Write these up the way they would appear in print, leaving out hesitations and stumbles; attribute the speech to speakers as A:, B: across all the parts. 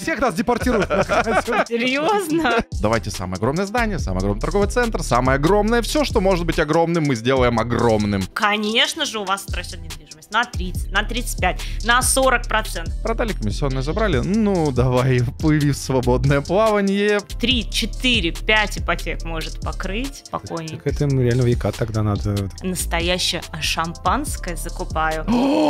A: Всех нас депортируют.
B: Серьезно?
C: Давайте самое огромное здание, самый огромный торговый центр, самое огромное, все, что может быть огромным, мы сделаем огромным.
B: Конечно же, у вас растет недвижимость на 30, на 35, на 40%.
C: Продали, комиссионные забрали, ну давай, плыви в свободное плавание.
B: 3, 4, 5 ипотек может покрыть спокойненько.
A: Так это реально века тогда надо.
B: Настоящее шампанское закупаю.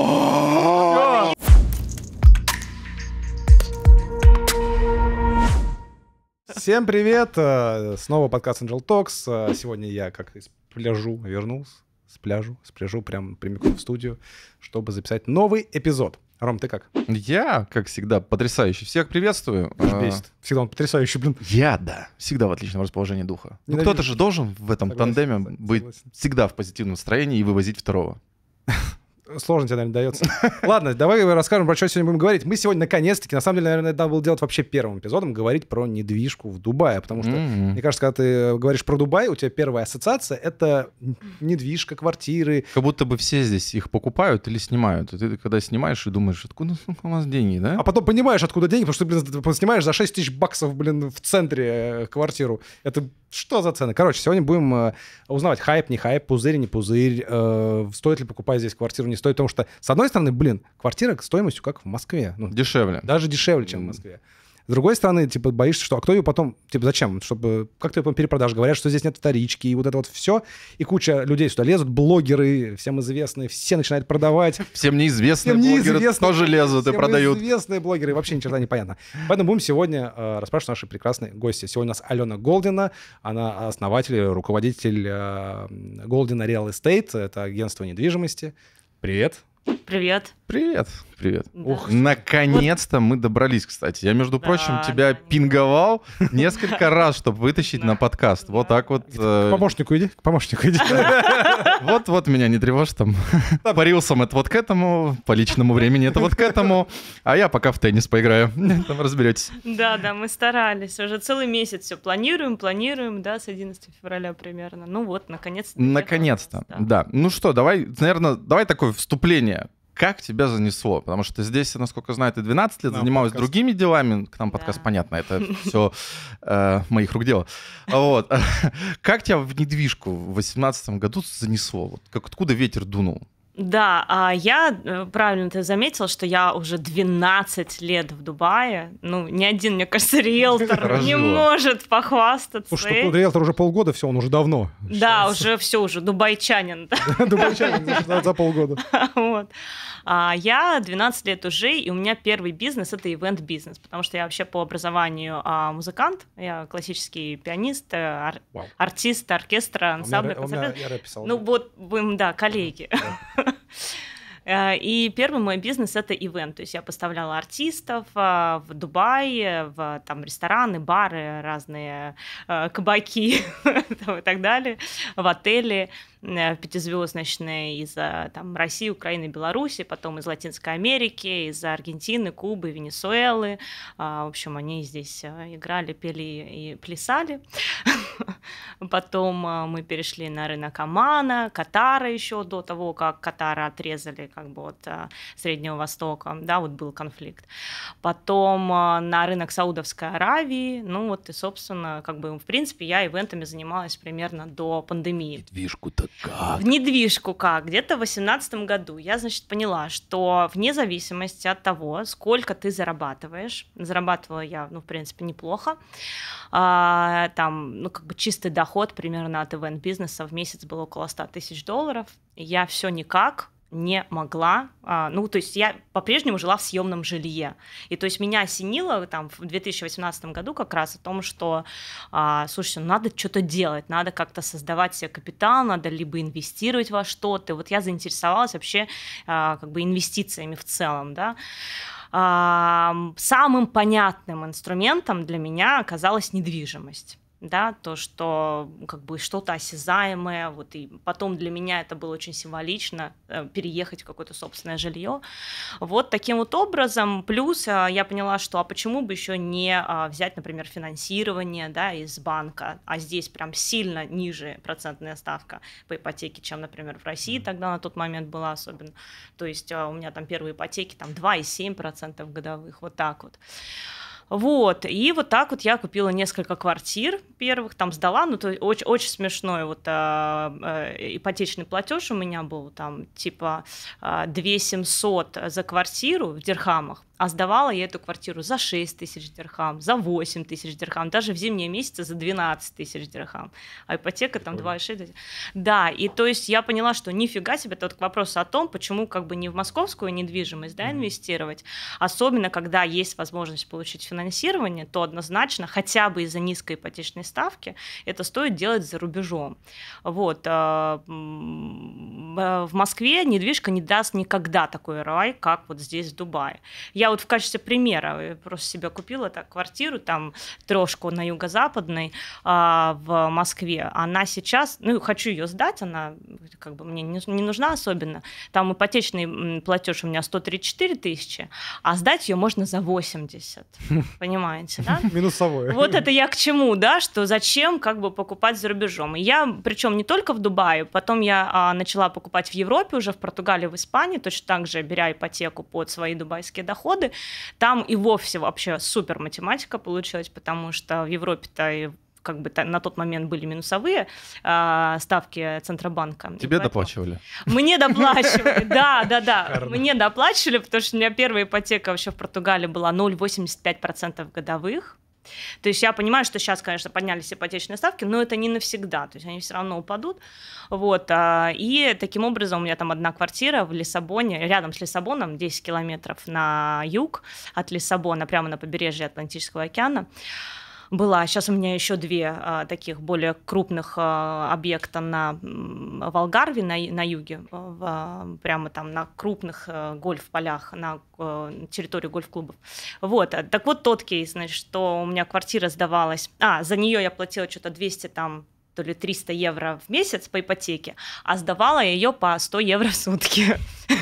A: Всем привет! Снова подкаст Angel Talks. Сегодня я как из пляжу вернулся. С пляжу прям прямиком в студию, чтобы записать новый эпизод. Ром, ты как?
C: Я, как всегда, потрясающий. Всех приветствую.
A: Бесит. Всегда он потрясающий, блин.
C: Я, да, всегда в отличном расположении духа. Ну,
A: Ненавижу.
C: кто-то же должен в этом тандеме быть
A: согласен.
C: всегда в позитивном настроении и вывозить второго.
A: Сложно тебе, наверное, дается. Ладно, давай расскажем, про что сегодня будем говорить. Мы сегодня, наконец-таки, на самом деле, наверное, надо было делать вообще первым эпизодом, говорить про недвижку в Дубае, потому что, мне кажется, когда ты говоришь про Дубай, у тебя первая ассоциация — это недвижка, квартиры.
C: Как будто бы все здесь их покупают или снимают. И ты когда снимаешь и думаешь, откуда у нас деньги, да?
A: А потом понимаешь, откуда деньги, потому что, блин, ты снимаешь за 6 тысяч баксов, блин, в центре квартиру. Это что за цены? Короче, сегодня будем узнавать, хайп, не хайп, пузырь, не пузырь, стоит ли покупать здесь квартиру, не стоит, потому что, с одной стороны, блин, квартира стоимостью как в Москве. Ну,
C: Дешевле.
A: даже дешевле, чем в Москве. С другой стороны, типа, боишься, что... А кто ее потом... Типа, зачем? Чтобы... Как ты ее потом перепродашь? Говорят, что здесь нет вторички, и вот это вот все. И куча людей сюда лезут, блогеры, всем известные, все начинают продавать.
C: Всем неизвестные блогеры тоже лезут и продают.
A: Всем известные блогеры, вообще ни черта не понятно. Поэтому будем сегодня расспрашивать наши прекрасные гости. Сегодня у нас Алена Голдина, она основатель, руководитель Голдина Real Estate, это агентство недвижимости. Привет.
B: Привет.
C: Привет. Привет.
B: Да.
C: Ух, наконец-то мы добрались, кстати. Я, между прочим, тебя пинговал несколько раз, чтобы вытащить на подкаст. Вот так вот.
A: К помощнику иди.
C: Вот меня не тревожь там. По рилсам это вот к этому, по личному времени это вот к этому, а я пока в теннис поиграю. Там разберетесь.
B: Да, мы старались. Уже целый месяц все планируем, да, с 11 февраля примерно. Ну вот, наконец-то.
C: Наконец-то, да. Ну что, давай такое вступление. Как тебя занесло? Потому что здесь, насколько знаю, ты 12 лет занималась другими делами. К нам подкаст, понятно, это все моих рук дело. Вот. Как тебя в недвижку в 2018 году занесло? Вот откуда ветер дунул?
B: Да, я, правильно ты заметил, что я уже 12 лет в Дубае. Ну, ни один, мне кажется, риэлтор не может похвастаться.
A: Слушай, тут риэлтор уже полгода, все, он уже давно.
B: Да, уже дубайчанин.
A: Дубайчанин за полгода.
B: Вот. Я 12 лет уже, и у меня первый бизнес — это ивент-бизнес, потому что я вообще по образованию музыкант, я классический пианист, артист оркестра, ансамбля.
A: Я рэп писал.
B: Ну вот, да, коллеги. И первый мой бизнес — это ивент, то есть я поставляла артистов в Дубай, в там рестораны, бары, разные кабаки и так далее, в отели пятизвездочные из там России, Украины, Беларуси, потом из Латинской Америки, из Аргентины, Кубы, Венесуэлы. В общем, они здесь играли, пели и плясали. Потом мы перешли на рынок Омана, Катара еще до того, как Катара отрезали как бы от Среднего Востока, да, вот был конфликт. Потом на рынок Саудовской Аравии, ну вот и, собственно, как бы, в принципе, я ивентами занималась примерно до пандемии.
C: Недвижку-то как?
B: В недвижку как? Где-то в 2018 году я, значит, поняла, что вне зависимости от того, сколько ты зарабатываешь, зарабатывала я, ну, в принципе, неплохо, там, ну, как бы чистый доход примерно от ивент-бизнеса в месяц был около $100 тысяч, и я все никак не могла, ну, то есть я по-прежнему жила в съемном жилье, и то есть меня осенило там в 2018 году как раз о том, что, слушайте, ну, надо что-то делать, надо как-то создавать себе капитал, надо либо инвестировать во что-то, вот я заинтересовалась вообще как бы инвестициями в целом, да. Самым понятным инструментом для меня оказалась недвижимость. Да, то, что как бы что-то осязаемое, вот, и потом для меня это было очень символично переехать в какое-то собственное жилье. Вот таким вот образом. Плюс я поняла, что почему бы еще не взять, например, финансирование, да, из банка, а здесь прям сильно ниже процентная ставка по ипотеке, чем, например, в России тогда на тот момент была особенно. То есть у меня там первые ипотеки там 2,7% годовых, вот так вот. Вот, и вот так вот я купила несколько квартир первых, там сдала, ну, то есть очень, очень смешной вот ипотечный платеж у меня был, там, типа 2700 за квартиру в дирхамах, а сдавала я эту квартиру за 6 тысяч дирхам, за 8 тысяч дирхам, даже в зимние месяцы за 12 тысяч дирхам, а ипотека там 2,6. Да, и то есть я поняла, что нифига себе, это вот к вопросу о том, почему как бы не в московскую недвижимость, да, инвестировать, особенно когда есть возможность получить финансирование, то однозначно, хотя бы из-за низкой ипотечной ставки, это стоит делать за рубежом. Вот. В Москве недвижка не даст никогда такой рай, как вот здесь, в Дубае. Я вот в качестве примера просто себе купила так квартиру, там, трешку на юго-западной в Москве. Она сейчас, ну, хочу ее сдать, она как бы мне не нужна особенно. Там ипотечный платеж у меня 134 тысячи, а сдать ее можно за 80. Понимаете, да?
A: Минусовой.
B: Вот это я к чему, да, что зачем как бы покупать за рубежом. И я, причем не только в Дубае, потом я начала покупать в Европе, уже в Португалии, в Испании, точно так же беря ипотеку под свои дубайские доходы. Там и вовсе вообще супер математика получилась, потому что в Европе-то и как бы на тот момент были минусовые ставки Центробанка.
C: Тебе доплачивали?
B: Мне доплачивали, да. Мне доплачивали, потому что у меня первая ипотека вообще в Португалии была 0,85% годовых. То есть я понимаю, что сейчас, конечно, поднялись ипотечные ставки, но это не навсегда, то есть они все равно упадут. Вот. И таким образом у меня там одна квартира в Лиссабоне, рядом с Лиссабоном, 10 километров на юг от Лиссабона, прямо на побережье Атлантического океана. Была. Сейчас у меня еще две таких более крупных объекта в Алгарве, на юге, прямо там на крупных гольф-полях, на территории гольф-клубов. Вот. Так вот тот кейс, значит, что у меня квартира сдавалась... за нее я платила что-то 200 там, то ли 300 евро в месяц по ипотеке, а сдавала я ее по 100 евро в сутки.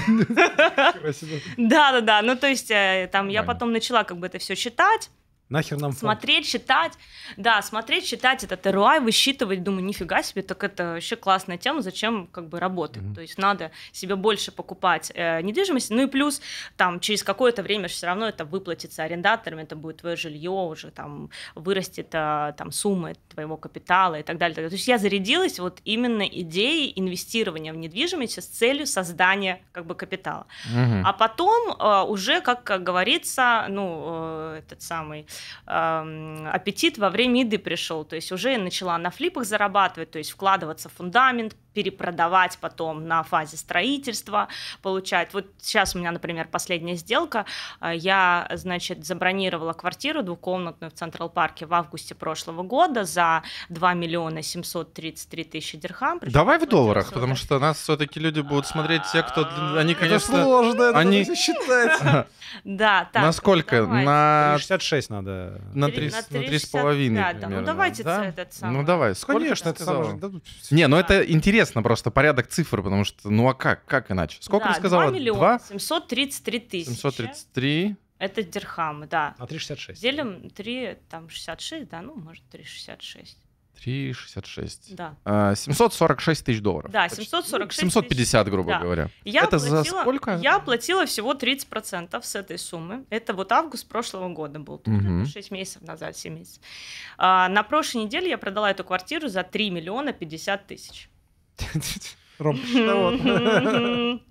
B: Да. Ну, то есть там я потом начала как бы это все считать.
A: Нахер нам
B: смотреть, читать. Да, смотреть, читать этот ROI, высчитывать. Думаю, нифига себе, так это вообще классная тема, зачем как бы работать. То есть надо себе больше покупать недвижимость. Ну и плюс там через какое-то время все равно это выплатится арендаторам, это будет твое жилье, уже там вырастет там сумма твоего капитала и так далее. То есть я зарядилась вот именно идеей инвестирования в недвижимость с целью создания как бы капитала. А потом уже, как говорится, ну, этот самый аппетит во время еды пришел, то есть уже я начала на флипах зарабатывать, то есть вкладываться в фундамент, перепродавать потом на фазе строительства, получать. Вот сейчас у меня, например, последняя сделка, я, значит, забронировала квартиру двухкомнатную в Централ-парке в августе прошлого года за 2 миллиона 733 тысячи дирхам.
C: Давай в долларах, потому что нас все-таки люди будут смотреть те, кто... Они, конечно...
A: Это сложно, это надо считать.
B: Да, так.
C: Насколько? На
A: 66 надо.
C: На 3,5
B: да. Ну давайте этот самый.
C: Ну давай.
A: Конечно, это самое.
C: Не, ну это интересно просто порядок цифр, потому что, ну а как иначе? Сколько ты сказала?
B: 2 миллиона 733 тысячи.
C: 733.
B: Это дирхамы, да.
A: На 3,66.
B: Делим 3, там 66, да, ну может 3,66.
C: 3,66.
B: Да.
C: 746 тысяч долларов.
B: Да, 746
C: 750, грубо говоря. Это за сколько?
B: Я платила всего 30% с этой суммы. Это вот август прошлого года был. 6 месяцев назад, 7 месяцев. На прошлой неделе я продала эту квартиру за 3 миллиона 50 тысяч.
A: Ром, счетовод.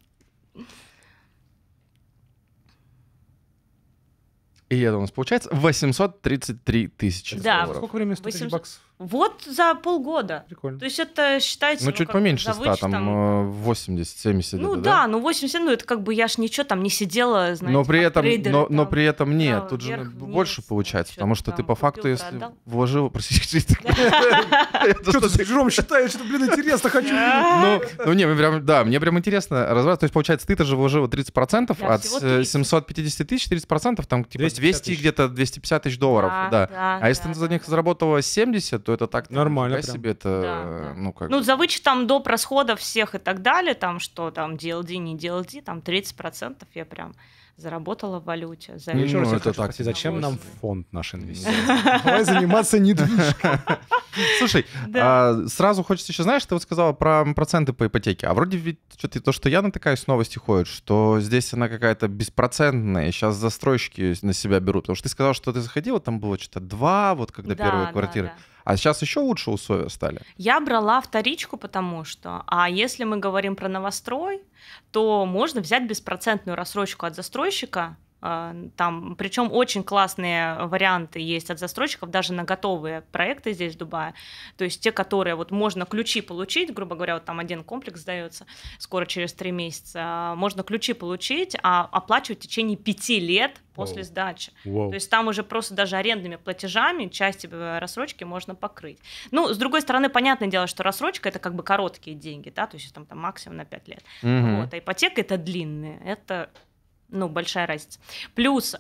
C: И это у нас получается 833 тысячи долларов.
A: Сколько времени 100 тысяч баксов?
B: Вот за полгода.
A: Прикольно.
B: То есть это считается...
C: Ну, чуть поменьше 100, там 80-70.
B: Ну да, ну 80, ну это как бы я ж ничего там не сидела, знаете,
C: но при этом,
B: трейдеры,
C: но при этом нет,
B: да,
C: тут же
B: вверх,
C: больше
B: вниз,
C: получается, потому что ты по факту,
B: купил,
C: если
B: продал.
C: вложил... Простите,
A: Что ты, Жром, считаешь, что, блин, интересно, хочу.
C: Ну, не, мне прям интересно разобраться. То есть, получается, ты же вложила 30%, от 750 тысяч 30%, там типа 200, где-то 250 тысяч долларов, да. А если ты за них заработала 70, то это так
A: нормально.
C: Себе это,
B: ну, как ну, за вычетом доп. Расходов всех и так далее, там, что там DLD, не DLD, там 30% я прям заработала в валюте.
A: Я еще раз
C: это
A: хочу
C: так.
A: спросить, зачем нам фонд наш инвестирует? Давай заниматься недвижкой.
C: Слушай, сразу хочется еще, знаешь, ты вот сказала про проценты по ипотеке, а вроде ведь что-то то, что я натыкаюсь, новости ходят, что здесь она какая-то беспроцентная, и сейчас застройщики на себя берут, потому что ты сказала, что ты заходила, там было что-то 2, вот когда первые квартиры.
B: Да.
C: А сейчас еще лучше условия стали.
B: Я брала вторичку, потому что, а если мы говорим про новострой, то можно взять беспроцентную рассрочку от застройщика. Там, причем очень классные варианты есть от застройщиков, даже на готовые проекты здесь в Дубае. То есть те, которые вот можно ключи получить, грубо говоря, вот там один комплекс сдается скоро через 3 месяца, можно ключи получить, а оплачивать в течение 5 лет после сдачи. То есть там уже просто даже арендными платежами часть рассрочки можно покрыть. Ну, с другой стороны, понятное дело, что рассрочка — это как бы короткие деньги, да, то есть там максимум на 5 лет. Вот, а ипотека — это длинные, это... большая разница. Плюс,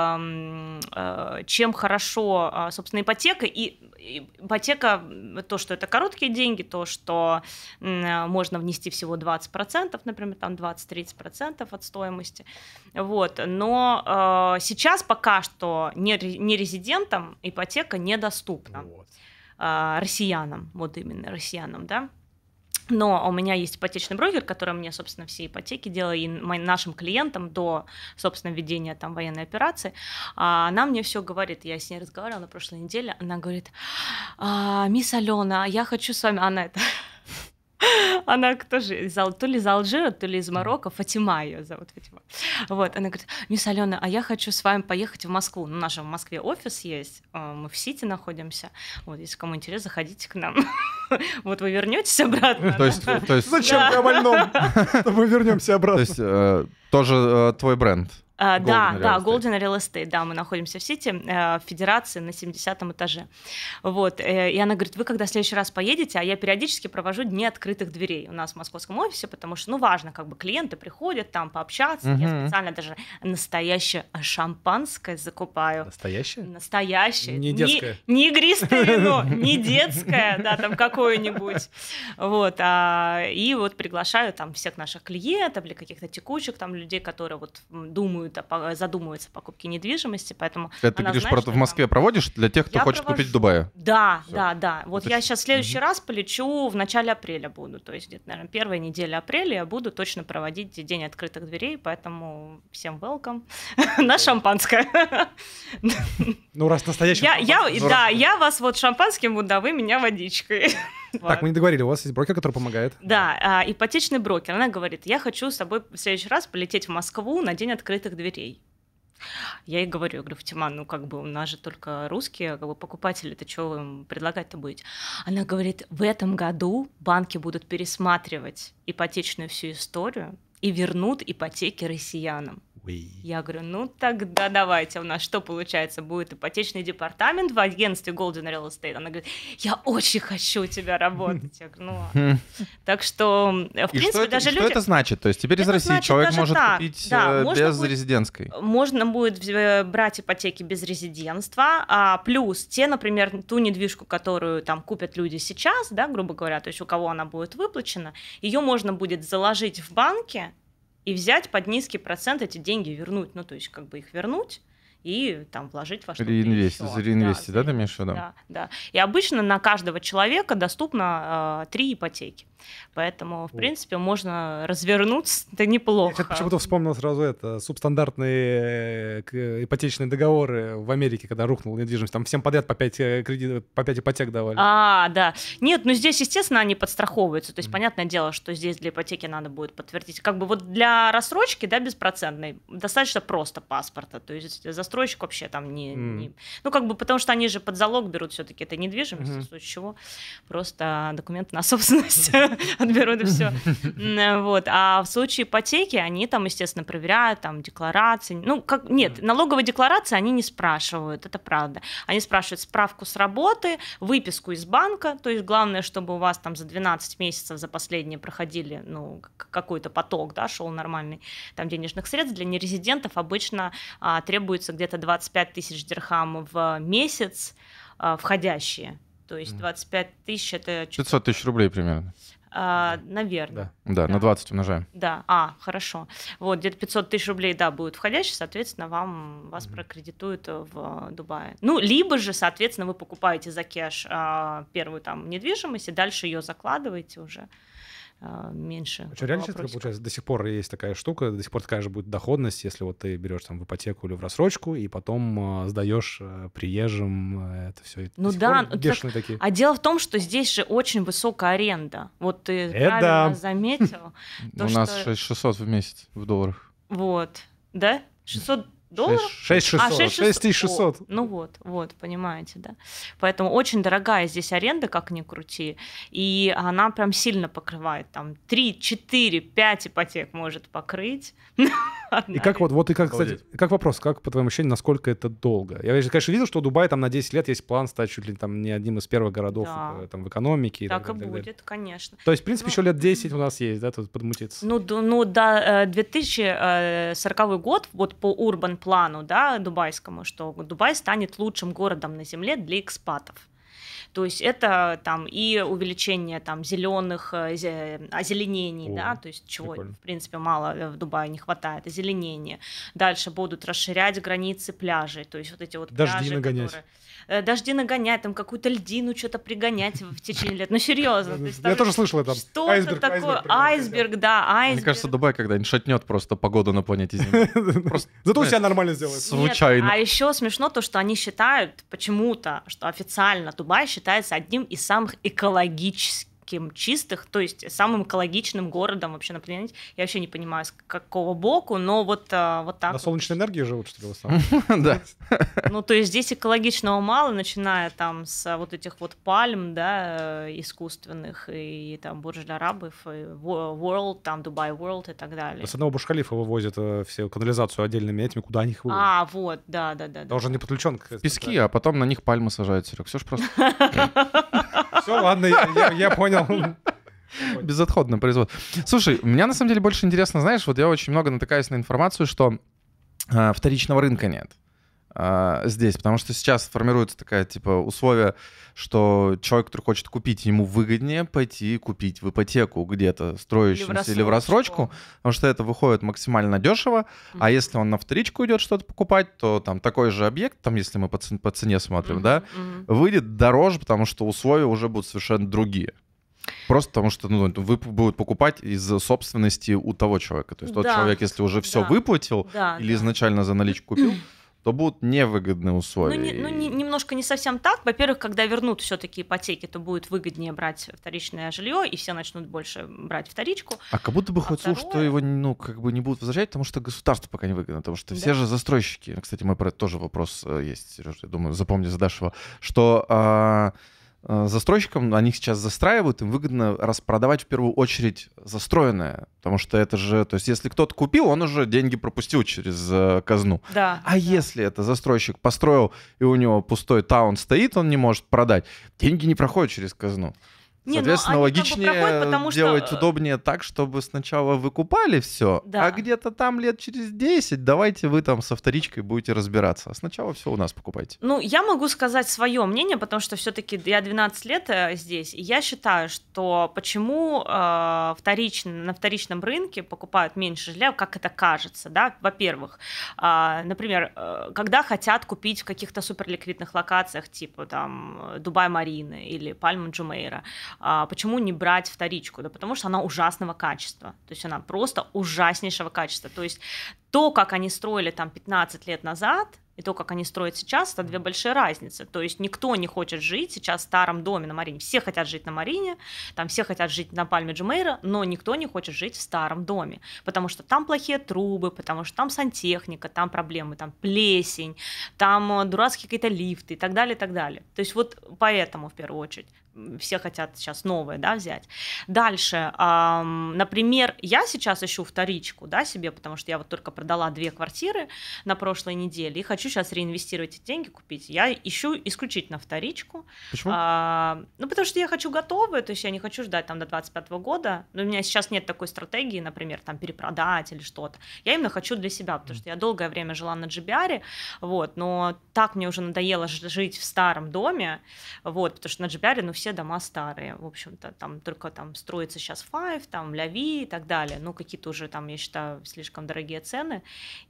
B: чем хорошо, собственно, ипотека, ипотека, то, что это короткие деньги, то, что можно внести всего 20%, например, там 20-30% от стоимости. Вот. Но сейчас пока что нерезидентам ипотека недоступна. Россиянам, вот именно россиянам, да. Но у меня есть ипотечный брокер, который мне, собственно, все ипотеки делает, и нашим клиентам до, собственно, введения там военной операции. Она мне все говорит, я с ней разговаривала на прошлой неделе, она говорит: мисс Алена, я хочу с вами... Она тоже то ли из Алжира, то ли из Марокко, Фатима ее зовут, Фатима. Вот, она говорит: мисс Алена, а я хочу с вами поехать в Москву. Ну, наш в Москве офис есть, мы в Сити находимся. Вот, если кому интересно, заходите к нам. Вот вы вернетесь обратно.
C: То есть
A: зачем ты о больном? Мы вернемся обратно.
C: То есть тоже твой бренд.
B: Golden Real Estate, да, мы находимся в Сити, в Федерации на 70-м этаже. Вот, и она говорит: вы когда в следующий раз поедете, а я периодически провожу дни открытых дверей у нас в московском офисе, потому что, важно, как бы клиенты приходят там пообщаться, я специально даже настоящее шампанское закупаю.
A: Настоящее?
B: Настоящее.
A: Не детское.
B: Не игристое вино, не детское, да, там какое-нибудь. Вот, и вот приглашаю там всех наших клиентов или каких-то текущих там людей, которые вот задумываются о покупке недвижимости, поэтому...
C: Это ты говоришь, в Москве проводишь для тех, кто хочет купить в Дубае?
B: Да. Вот я сейчас в следующий раз полечу в начале апреля буду, то есть где-то, наверное, первая неделя апреля я буду точно проводить день открытых дверей, поэтому всем welcome на шампанское.
A: Ну, раз настоящий...
B: Я вас вот шампанским буду, а вы меня водичкой.
A: Так, мы не договорили, у вас есть брокер, который помогает?
B: Да, ипотечный брокер. Она говорит: я хочу с тобой в следующий раз полететь в Москву на день открытых дверей. Я ей говорю, Фатима, у нас же только русские покупатели, то что вы им предлагать-то будете? Она говорит: в этом году банки будут пересматривать ипотечную всю историю и вернут ипотеки россиянам. Я говорю: тогда давайте, у нас что получается, будет ипотечный департамент в агентстве Golden Real Estate? Она говорит: я очень хочу у тебя работать. Я говорю: так что, в принципе, даже люди...
C: Что это значит? То есть теперь из России человек может купить без резидентской?
B: Можно будет брать ипотеки без резидентства, плюс например, ту недвижку, которую там купят люди сейчас, да, грубо говоря, то есть у кого она будет выплачена, ее можно будет заложить в банке и взять под низкий процент эти деньги, вернуть, то есть их вернуть и там вложить во что-то
C: Реинвестить, да, ты имеешь в виду?
B: Да. И обычно на каждого человека доступно 3 ипотеки. Поэтому, в принципе, можно развернуться, это неплохо.
A: Я почему-то вспомнил сразу субстандартные ипотечные договоры в Америке, когда рухнула недвижимость. Там всем подряд по 5 ипотек давали.
B: Да. Нет, здесь, естественно, они подстраховываются. То есть, понятное дело, что здесь для ипотеки надо будет подтвердить. Вот для рассрочки, да, беспроцентной, достаточно просто паспорта. То есть застройщик вообще там не... потому что они же под залог берут все-таки это недвижимость, в случае чего просто документы на собственность отберут и все. Вот. А в случае ипотеки они там, естественно, проверяют там декларации. Нет, налоговые декларации они не спрашивают, это правда. Они спрашивают справку с работы, выписку из банка, то есть главное, чтобы у вас там за 12 месяцев за последние проходили, какой-то поток, да, шел нормальный там денежных средств. Для нерезидентов обычно требуется где-то 25 тысяч дирхам в месяц входящие. То есть 25 тысяч это...
C: 500 тысяч рублей примерно.
B: Наверное.
C: Да, на 20 умножаем.
B: Да, хорошо. Вот, где-то 500 тысяч рублей, да, будет входящий, соответственно, вас прокредитуют в Дубае. Ну, либо же, соответственно, вы покупаете за кэш первую там недвижимость, и дальше ее закладываете уже меньше.
A: Реально, получается, до сих пор есть такая штука, до сих пор такая же будет доходность, если вот ты берешь там в ипотеку или в рассрочку, и потом сдаешь приезжим это все.
B: Ну да, такие. А дело в том, что здесь же очень высокая аренда. Вот ты правильно заметил.
C: У нас 6600 в месяц в долларах.
B: Вот, да? 600 долларов?
A: 6600.
B: Ну вот, понимаете, да. Поэтому очень дорогая здесь аренда, как ни крути, и она прям сильно покрывает, там 3, 4, 5 ипотек может покрыть.
A: И как кстати, как вопрос, как по твоему ощущениям, насколько это долго? Я, конечно, видел, что у Дубая там на 10 лет есть план стать чуть ли там не одним из первых городов там, в экономике.
B: Так и будет, конечно.
A: То есть, в принципе, еще лет 10 у нас есть, да, тут подмутиться?
B: Ну, до 2040 год, вот по урбан-плану, да, дубайскому, что Дубай станет лучшим городом на земле для экспатов. То есть это там и увеличение там зеленых озеленений, да, то есть чего, прикольно. В принципе, мало в Дубае не хватает, озеленения. Дальше будут расширять границы пляжей, то есть вот эти вот
A: дожди
B: пляжи,
A: нагонять.
B: Дожди нагонять, там какую-то льдину что-то пригонять в течение лет. Ну, серьезно.
A: Я тоже слышала там.
B: Что-то такое. Айсберг, да, айсберг.
C: Мне кажется, Дубай когда-нибудь шатнет просто погоду на планете Земля.
A: Зато у себя нормально сделает.
C: Случайно.
B: А еще смешно то, что они считают почему-то, что официально Дубай считается одним из самых экологических чистых, то есть самым экологичным городом вообще на планете. Я вообще не понимаю, с какого боку, но вот так.
A: На солнечной энергии живут, что ли, в основном?
C: Да.
B: Ну, то есть здесь экологичного мало, начиная там с вот этих вот пальм, да, искусственных, и там Бурдж-Аль-Арабов, и World, там Dubai World и так далее.
A: С одного Бурдж-Халифа вывозят всю канализацию отдельными этими, куда они их вывозят.
B: Вот, да.
A: Тоже не подключен к
C: пески, а потом на них пальмы сажают, Серег. Все ж просто.
A: Все, ладно, я понял.
C: Безотходное производство. Слушай, меня на самом деле больше интересно, знаешь, вот я очень много натыкаюсь на информацию, что вторичного рынка нет здесь, потому что сейчас формируется такая, типа, условие, что человек, который хочет купить, ему выгоднее пойти купить в ипотеку где-то строящемся или в рассрочку, потому что это выходит максимально дешево, а если он на вторичку идет что-то покупать, то там такой же объект, там, если мы по цене смотрим, да, выйдет дороже, потому что условия уже будут совершенно другие. Просто потому что вы будут покупать из собственности у того человека. То есть тот человек, если уже все выплатил или изначально за наличку купил, то будут невыгодные условия.
B: Немножко не совсем так. Во-первых, когда вернут все-таки ипотеки, то будет выгоднее брать вторичное жилье, и все начнут больше брать вторичку.
C: А как будто бы хоть слух, что его как бы не будут возвращать, потому что государству пока не выгодно. Потому что все же застройщики, кстати, мой про это тоже вопрос есть, Сережа, я думаю, запомни, задашь его, что застройщикам, они сейчас застраивают, им выгодно распродавать в первую очередь застроенное, потому что это же, то есть если кто-то купил, он уже деньги пропустил через казну.
B: Да.
C: Если это застройщик построил, и у него пустой таун стоит, он не может продать, деньги не проходят через казну. Соответственно, логичнее делать удобнее так, чтобы сначала вы купали все, а где-то там лет через 10 давайте вы там со вторичкой будете разбираться. А сначала все у нас покупайте.
B: Ну, я могу сказать свое мнение, потому что все-таки я 12 лет здесь, и я считаю, что почему на вторичном рынке покупают меньше жилья, как это кажется, да, во-первых, например, когда хотят купить в каких-то суперликвидных локациях, типа там Дубай-Марины или Пальма-Джумейра, почему не брать вторичку? Да потому что она ужасного качества. То есть она просто ужаснейшего качества. То есть то, как они строили там 15 лет назад, и то, как они строят сейчас, это две большие разницы. То есть никто не хочет жить сейчас в старом доме на Марине. Все хотят жить на Марине, там все хотят жить на Пальме Джумейра, но никто не хочет жить в старом доме, потому что там плохие трубы, потому что там сантехника, там проблемы, там плесень, там дурацкие какие-то лифты и так далее, и так далее. То есть вот поэтому в первую очередь все хотят сейчас новое, да, взять. Дальше, например, я сейчас ищу вторичку, да, себе, потому что я вот только продала 2 квартиры на прошлой неделе и хочу сейчас реинвестировать эти деньги, купить. Я ищу исключительно вторичку.
C: Почему?
B: Потому что я хочу готовые, то есть я не хочу ждать там до 25 года. Но у меня сейчас нет такой стратегии, например, там перепродать или что-то. Я именно хочу для себя, потому что я долгое время жила на GBR, вот, но так мне уже надоело жить в старом доме, вот, потому что на GBR, все дома старые, в общем-то, там только там строится сейчас Five, там Ля Ви и так далее, ну, какие-то уже там, я считаю, слишком дорогие цены,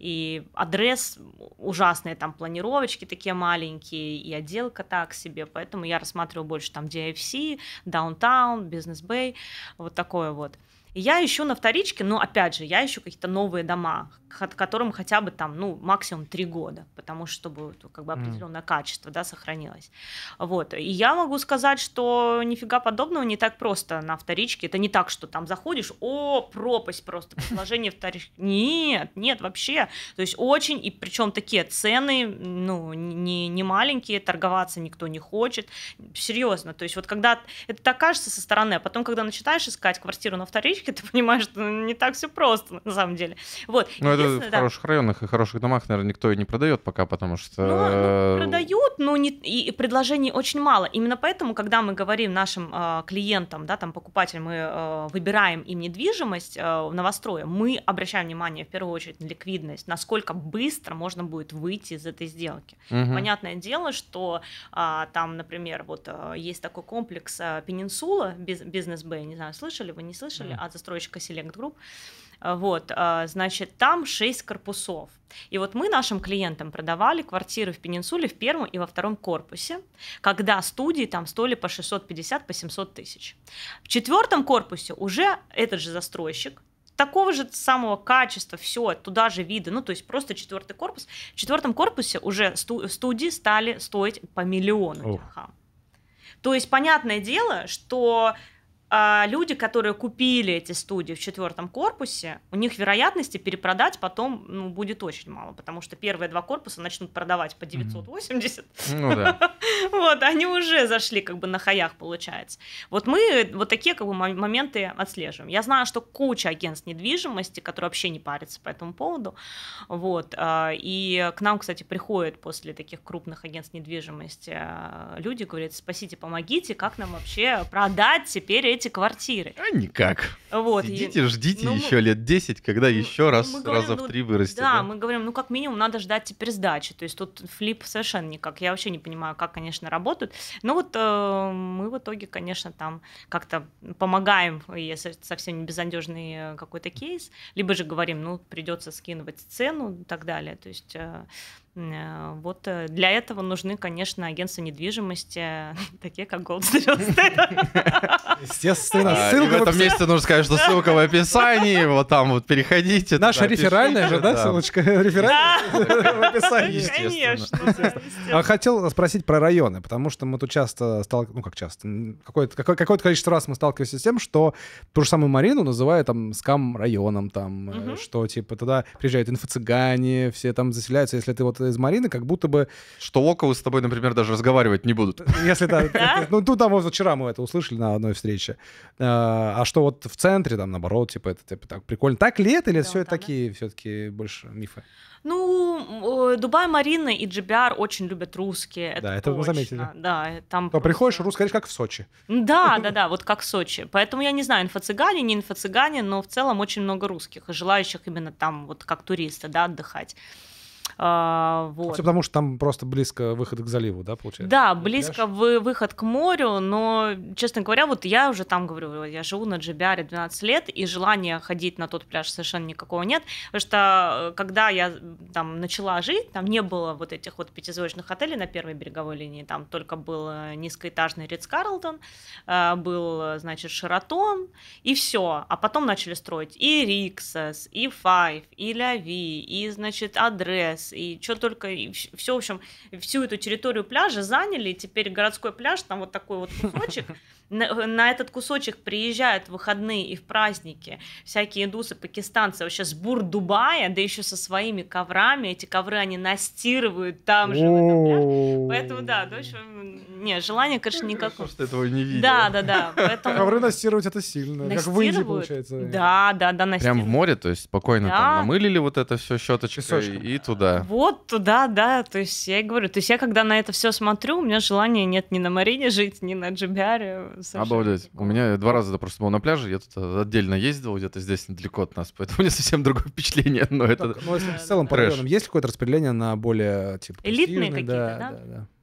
B: и адрес ужасные, там планировочки такие маленькие, и отделка так себе, поэтому я рассматриваю больше там DFC, Downtown, Business Bay, вот такое вот. И я ищу на вторичке, но опять же, я ищу какие-то новые дома, которым хотя бы там, ну, максимум 3 года, потому что чтобы как бы определенное качество, да, сохранилось. Вот. И я могу сказать, что нифига подобного не так просто на вторичке. Это не так, что там заходишь, пропасть просто, предложение вторички. Нет, вообще. То есть очень, и причем такие цены, ну, не маленькие, торговаться никто не хочет. Серьезно. То есть вот когда это так кажется со стороны, а потом, когда начинаешь искать квартиру на вторичке, ты понимаешь, что не так все просто на самом деле. Вот.
C: Ну, это в хороших районах и хороших домах, наверное, никто и не продает пока, потому что...
B: Ну продают, но и предложений очень мало. Именно поэтому, когда мы говорим нашим клиентам, да, там, покупателям, мы выбираем им недвижимость в новострое, мы обращаем внимание в первую очередь на ликвидность, насколько быстро можно будет выйти из этой сделки. Понятное дело, что там, например, вот есть такой комплекс Пенинсула, Business Bay, не знаю, слышали вы, не слышали, от застройщика Select Group. Вот, значит, там 6 корпусов. И вот мы нашим клиентам продавали квартиры в Пенинсуле в первом и во втором корпусе, когда студии там стоили по 650, по 700 тысяч. В четвертом корпусе уже этот же застройщик, такого же самого качества, все, туда же виды, ну, то есть просто 4-й корпус. В 4-м корпусе уже студии стали стоить по 1 миллиону дирхам. То есть, понятное дело, что люди, которые купили эти студии в 4-м корпусе, у них вероятности перепродать потом, ну, будет очень мало, потому что первые 2 корпуса начнут продавать по 980.
C: Ну да.
B: Вот, они уже зашли как бы на хаях, получается. Вот мы вот такие как бы моменты отслеживаем. Я знаю, что куча агентств недвижимости, которые вообще не парятся по этому поводу. Вот, и к нам, кстати, приходят после таких крупных агентств недвижимости люди, говорят, спасите, помогите, как нам вообще продать теперь эти квартиры.
C: А никак.
B: Вот.
C: Сидите, ждите еще лет 10, когда еще раза в 3 вырастет.
B: Да, мы говорим, ну, как минимум, надо ждать теперь сдачи. То есть тут флип совершенно никак. Я вообще не понимаю, как, конечно, работают. Но вот мы в итоге, конечно, там как-то помогаем, если совсем не безнадежный какой-то кейс, либо же говорим, ну, придется скидывать цену и так далее. То есть вот для этого нужны, конечно, агентства недвижимости, такие как Goldstreet.
A: Естественно.
C: И в этом месте нужно сказать, что ссылка в описании, вот там вот переходите.
A: Наша реферальная же, да, ссылочка? Реферальная в описании.
B: Конечно.
A: Хотел спросить про районы, потому что мы тут часто ну как часто, какое-то количество раз мы сталкиваемся с тем, что ту же самую Марину называют там скам-районом, там, что типа туда приезжают инфо-цыгане, все там заселяются, если ты вот из Марины, как будто бы...
C: Что локалы с тобой, например, даже разговаривать не будут.
A: Если да. Ну, тут там вот вчера мы это услышали на одной встрече. А что вот в центре, там, наоборот, типа, это типа, так прикольно. Так ли это, или все это такие все-таки больше мифы?
B: Ну, Дубай, Марина и GBR очень любят русские.
A: Да, это мы заметили.
B: Да, там
A: то приходишь, русский, как в Сочи.
B: Да, вот как в Сочи. Поэтому я не знаю, инфо-цыгане, не инфо-цыгане, но в целом очень много русских, и желающих именно там, вот как туристы, да, отдыхать. Вот.
A: Все потому, что там просто близко выход к заливу, да, получается?
B: Да, близко выход к морю, но, честно говоря, вот я уже там говорю, я живу на GBR 12 лет, и желания ходить на тот пляж совершенно никакого нет, потому что когда я там начала жить, там не было вот этих вот 5-звездочных отелей на первой береговой линии, там только был низкоэтажный Ритц-Карлтон, был, значит, Шератон, и все, а потом начали строить и Риксос, и Five, и Ля Ви, и, значит, Адрес, и что только, и все, в общем, всю эту территорию пляжа заняли, и теперь городской пляж, там вот такой вот кусочек, на этот кусочек приезжают в выходные и в праздники всякие индусы, пакистанцы, вообще с Бур-Дубая, да еще со своими коврами, эти ковры они настирывают там же в этом пляже, поэтому да, в общем, не, желания, конечно, никакого.
C: Что этого не видел.
B: Да, поэтому...
A: Ковры настирывать это сильно, как в Индии, получается.
B: Да, настирывают.
C: Прям в море, то есть спокойно там намылили вот это все щеточкой и туда.
B: Вот туда, да, то есть я говорю, то есть я когда на это все смотрю, у меня желания нет ни на Марине жить, ни на GBR.
C: Обалдеть. У меня 2 раза просто был на пляже, я тут отдельно ездил, где-то здесь недалеко от нас, поэтому у меня совсем другое впечатление. Но это...
A: Ну, если в целом по районам есть какое-то распределение на более, типа,
B: элитные какие-то, да?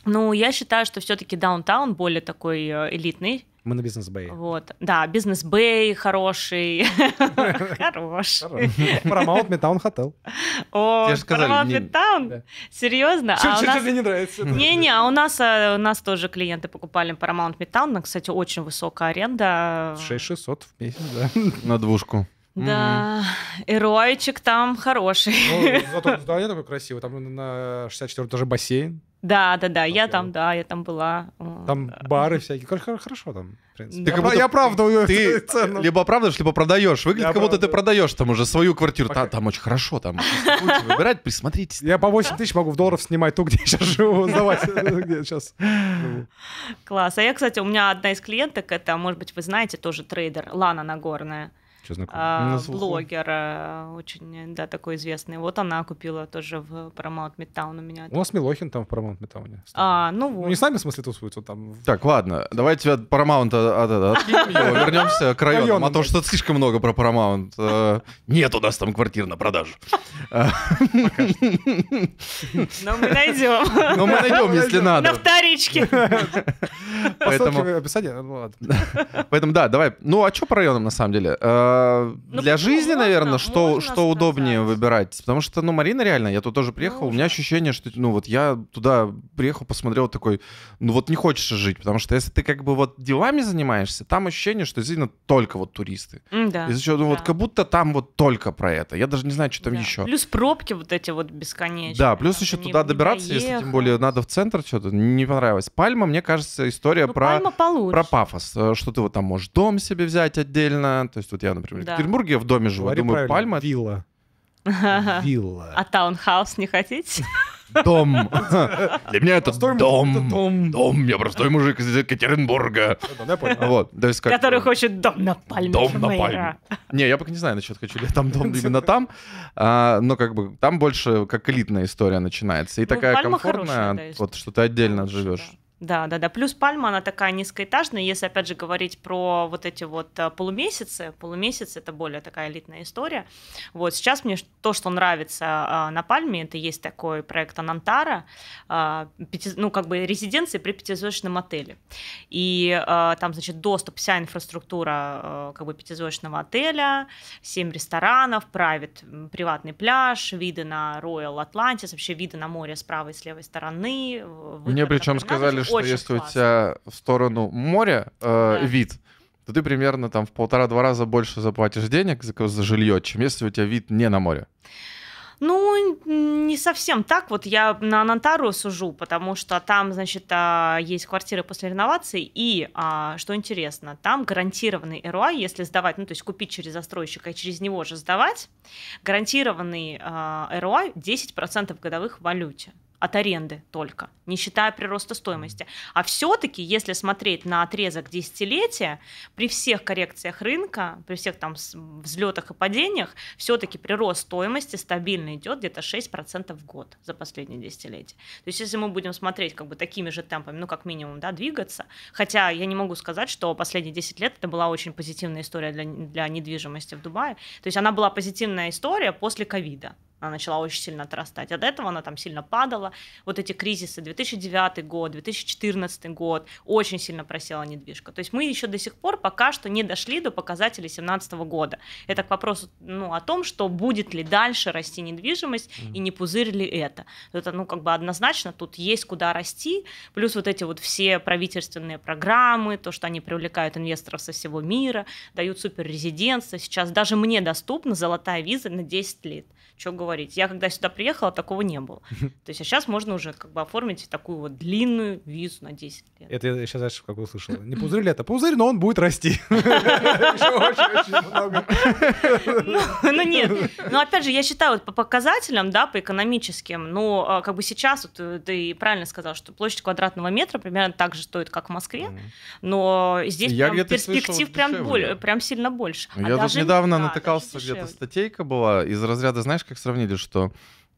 B: Ну, я считаю, что все-таки даунтаун более такой элитный.
A: Мы на бизнес-бэй.
B: Вот. Да, бизнес-бэй хороший. Хорош.
A: Paramount Midtown Hotel.
B: О, Paramount Midtown? Серьезно?
A: Что тебе не нравится?
B: Не-не, а у нас тоже клиенты покупали Paramount Midtown. Кстати, очень высокая аренда.
A: 6600 в месяц, да.
C: На двушку.
B: Да, и роечек там хороший.
A: Зато здание такое красивое. Там на 64-м тоже бассейн.
B: Да, я там была.
A: Там бары всякие. Хорошо там, в принципе.
C: Я
A: оправдываю
C: цену. Либо оправдываешь, либо продаешь. Выглядит, как будто ты продаешь там уже свою квартиру. Там очень хорошо, там будете выбирать, присмотритесь.
A: Я по 8 тысяч могу в долларов снимать ту, где я сейчас живу, сдавать.
B: Класс. А я, кстати, у меня одна из клиенток, это, может быть, вы знаете, тоже трейдер, Лана Нагорная. Блогер, очень, да, такой известный. Вот она купила тоже в Paramount Midtown у меня.
A: У нас Милохин там в Paramount Midtown.
B: Ну вот.
A: Ну, не сами, в смысле, тусуются там.
C: Так, ладно, давайте от Paramount откинем его, вернемся к районам, а то что слишком много про Paramount. Нет у нас там квартир на продажу.
B: Но мы найдем.
C: Но мы найдем, если надо.
B: На вторичке.
A: Поэтому описание, ладно.
C: Поэтому, да, давай. Ну, а что по районам, на самом деле? Для жизни, наверное, что удобнее выбирать? Потому что, Марина, реально, я тут тоже приехал, у меня ощущение, что, вот я туда приехал, посмотрел такой, вот не хочешь жить, потому что если ты как бы вот делами занимаешься, там ощущение, что действительно только вот туристы.
B: Да.
C: Из-за чего, вот как будто там вот только про это. Я даже не знаю, что там еще.
B: Плюс пробки вот эти вот бесконечные.
C: Да, плюс еще туда добираться, если тем более надо в центр что-то, не понравилось. Пальма, мне кажется, история про пафос, что ты вот там можешь дом себе взять отдельно, то есть вот я, например, в Екатеринбурге я в доме живу. Думаю, Пальма...
A: Вилла.
B: А таунхаус не хотите?
C: Дом. Для меня это дом. Дом. Я простой мужик из Екатеринбурга. Вот.
B: Который хочет дом на Пальме.
C: Дом на Пальме. Не, я пока не знаю насчет, хочу ли там дом именно там. Но как бы там больше как элитная история начинается. И такая комфортная, вот что ты отдельно живешь.
B: Да. Плюс Пальма, она такая низкоэтажная. Если, опять же, говорить про вот эти вот полумесяцы это более такая элитная история. Вот сейчас мне то, что нравится на Пальме, это есть такой проект Анантара, как бы резиденции при пятизвездочном отеле. И там, значит, доступ, вся инфраструктура как бы пятизвездочного отеля, 7 ресторанов, приватный пляж, виды на Royal Atlantis, вообще виды на море с правой и с левой стороны.
C: Мне причем сказали, что если у тебя в сторону моря вид, то ты примерно там в 1,5-2 раза больше заплатишь денег за жилье, чем если у тебя вид не на море.
B: Ну, не совсем так. Вот я на Анантару сужу, потому что там, значит, есть квартиры после реновации, и, что интересно, там гарантированный ROI, если сдавать, то есть купить через застройщика и через него же сдавать, гарантированный ROI 10% годовых в валюте. От аренды только, не считая прироста стоимости. А все-таки, если смотреть на отрезок десятилетия, при всех коррекциях рынка, при всех там взлетах и падениях, все-таки прирост стоимости стабильно идет где-то 6% в год за последние десятилетия. То есть если мы будем смотреть как бы такими же темпами, как минимум, двигаться, хотя я не могу сказать, что последние 10 лет это была очень позитивная история для недвижимости в Дубае. То есть она была позитивная история после ковида. Она начала очень сильно отрастать. А до этого она там сильно падала. Вот эти кризисы, 2009 год, 2014 год, очень сильно просела недвижка. То есть мы еще до сих пор пока что не дошли до показателей 2017 года. Это к вопросу о том, что будет ли дальше расти недвижимость и не пузырь ли это. Это как бы однозначно тут есть куда расти. Плюс вот эти вот все правительственные программы, то, что они привлекают инвесторов со всего мира, дают суперрезидентство. Сейчас даже мне доступна золотая виза на 10 лет. Что говорить. Я когда сюда приехала, такого не было. То есть сейчас можно уже как бы оформить такую вот длинную визу на 10 лет.
A: Это я сейчас, знаешь, как услышал. Не пузырь ли это? Пузырь, но он будет расти. Еще очень-очень много.
B: Ну нет. Но опять же, я считаю, вот по показателям, по экономическим, как бы сейчас, вот ты правильно сказал, что площадь квадратного метра примерно так же стоит, как в Москве, но здесь прям перспектив прям сильно больше.
C: Я тут недавно натыкался, где-то статейка была из разряда, знаешь, как сравнили, что,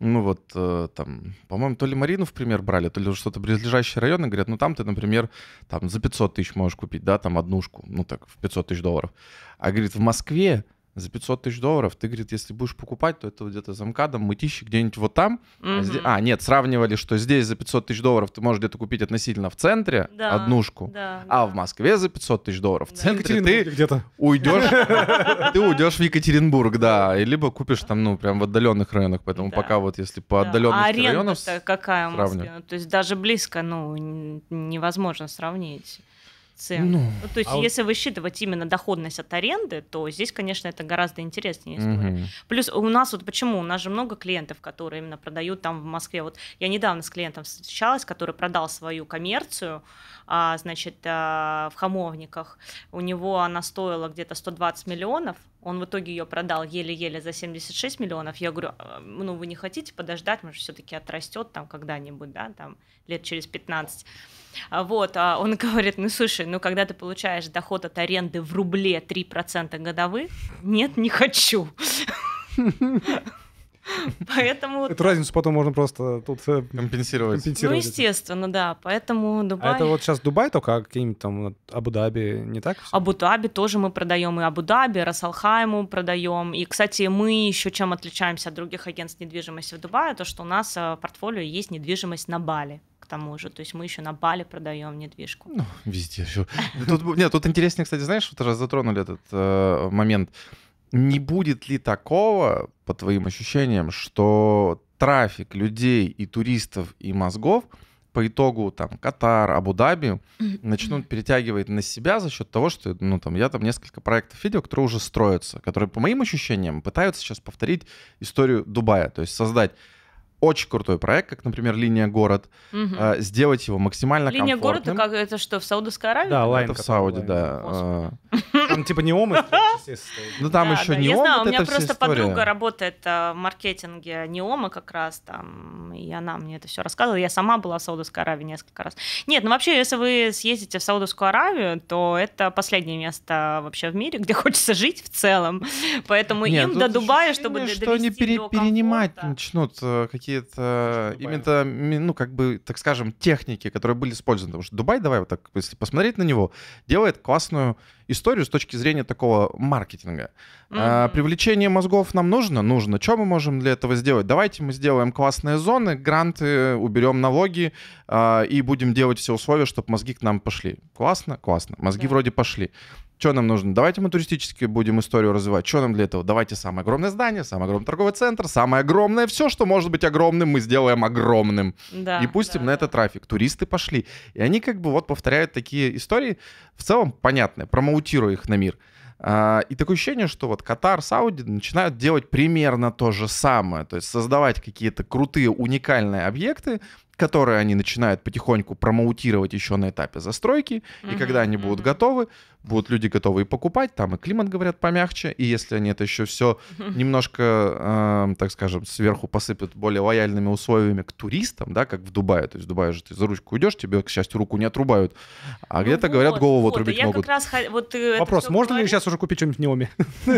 C: там, по-моему, то ли Марину в пример брали, то ли что-то близлежащие районы, говорят, там ты, например, там за 500 тысяч можешь купить, там однушку, так, в $500 тысяч. А, говорит, в Москве за 500 тысяч долларов ты, говорит, если будешь покупать, то это где-то за МКАДом, Мытищи, где-нибудь вот там. Нет, сравнивали, что здесь за 500 тысяч долларов ты можешь где-то купить относительно в центре однушку, в Москве за 500 тысяч долларов в центре ты где-то уйдешь в Екатеринбург, да, либо купишь там, ну, прям в отдаленных районах, поэтому пока вот если по отдаленности районов
B: аренда-то какая в Москве? Ну, то есть даже близко, ну, невозможно сравнить цену. То есть если высчитывать именно доходность от аренды, то здесь, конечно, это гораздо интереснее история. Плюс у нас вот почему? У нас же много клиентов, которые именно продают там в Москве. Вот я недавно с клиентом встречалась, который продал свою коммерцию, значит, в Хамовниках. У него она стоила где-то 120 миллионов, он в итоге ее продал еле-еле за 76 миллионов. Я говорю, ну вы не хотите подождать, может, все-таки отрастет там когда-нибудь, да, там лет через 15. Вот, а он говорит, ну слушай, ну когда ты получаешь доход от аренды в рубле 3% годовых, нет, не хочу. Поэтому...
A: Эту разницу потом можно просто тут
C: компенсировать.
B: Ну, естественно, да. Поэтому Дубай...
A: А это вот сейчас Дубай только, а какие-нибудь там Абу-Даби, не так?
B: Абу-Даби тоже мы продаем, и Абу-Даби, Рас-Аль-Хайму продаем. И, кстати, мы еще чем отличаемся от других агентств недвижимости в Дубае, то, что у нас в портфолио есть недвижимость на Бали. К тому же, то есть мы еще на Бали продаем недвижку.
C: Ну, везде все. Тут интереснее, кстати, знаешь, вот раз затронули этот момент. Не будет ли такого, по твоим ощущениям, что трафик людей и туристов и мозгов по итогу там Катар, Абу-Даби начнут перетягивать на себя за счет того, что ну, там, я там несколько проектов видел, которые уже строятся, которые, по моим ощущениям, пытаются сейчас повторить историю Дубая, то есть создать очень крутой проект, как, например, «Линия город», сделать его максимально
B: «Линия
C: комфортным.
B: город» это что, в Саудовской Аравии?
A: Да,
C: это в Сауде, да.
A: Там типа неомы.
C: Ну там еще неом.
B: Я знаю, у меня просто подруга работает в маркетинге неома как раз там, и она мне это все рассказывала. Я сама была в Саудовской Аравии несколько раз. Нет, ну вообще, если вы съездите в Саудовскую Аравию, то это последнее место вообще в мире, где хочется жить в целом. Поэтому им до Дубая, чтобы довести
C: что они
B: до
C: перенимать
B: комфорта.
C: Начнут какие-то именно, ну, как бы, так скажем, техники, которые были использованы. Потому что Дубай, давай вот так, если посмотреть на него, делает классную историю с точки зрения такого маркетинга. Привлечение мозгов нам нужно? Нужно. Что мы можем для этого сделать? Давайте мы сделаем классные зоны, гранты, уберем налоги и будем делать все условия, чтобы мозги к нам пошли. Классно? Классно. Мозги вроде пошли. Что нам нужно? Давайте мы туристически будем историю развивать. Что нам для этого? Давайте самое огромное здание, самый огромный торговый центр, самое огромное, все, что может быть огромным, мы сделаем огромным. И пустим на это трафик. Туристы пошли. И они как бы вот повторяют такие истории, в целом понятные, промоутируя их на мир. И такое ощущение, что вот Катар, Сауди начинают делать примерно то же самое. То есть создавать какие-то крутые, уникальные объекты, которые они начинают потихоньку промоутировать еще на этапе застройки. И когда они будут готовы, будут люди готовы и покупать. Там и климат, говорят, помягче. И если они это еще все немножко, так скажем, сверху посыпят более лояльными условиями к туристам, да, как в Дубае. То есть в Дубае же ты за ручку идешь, тебе, к счастью, руку не отрубают. А где-то, говорят, голову отрубить могут.
A: Вопрос, можно ли сейчас уже купить что-нибудь в неоме?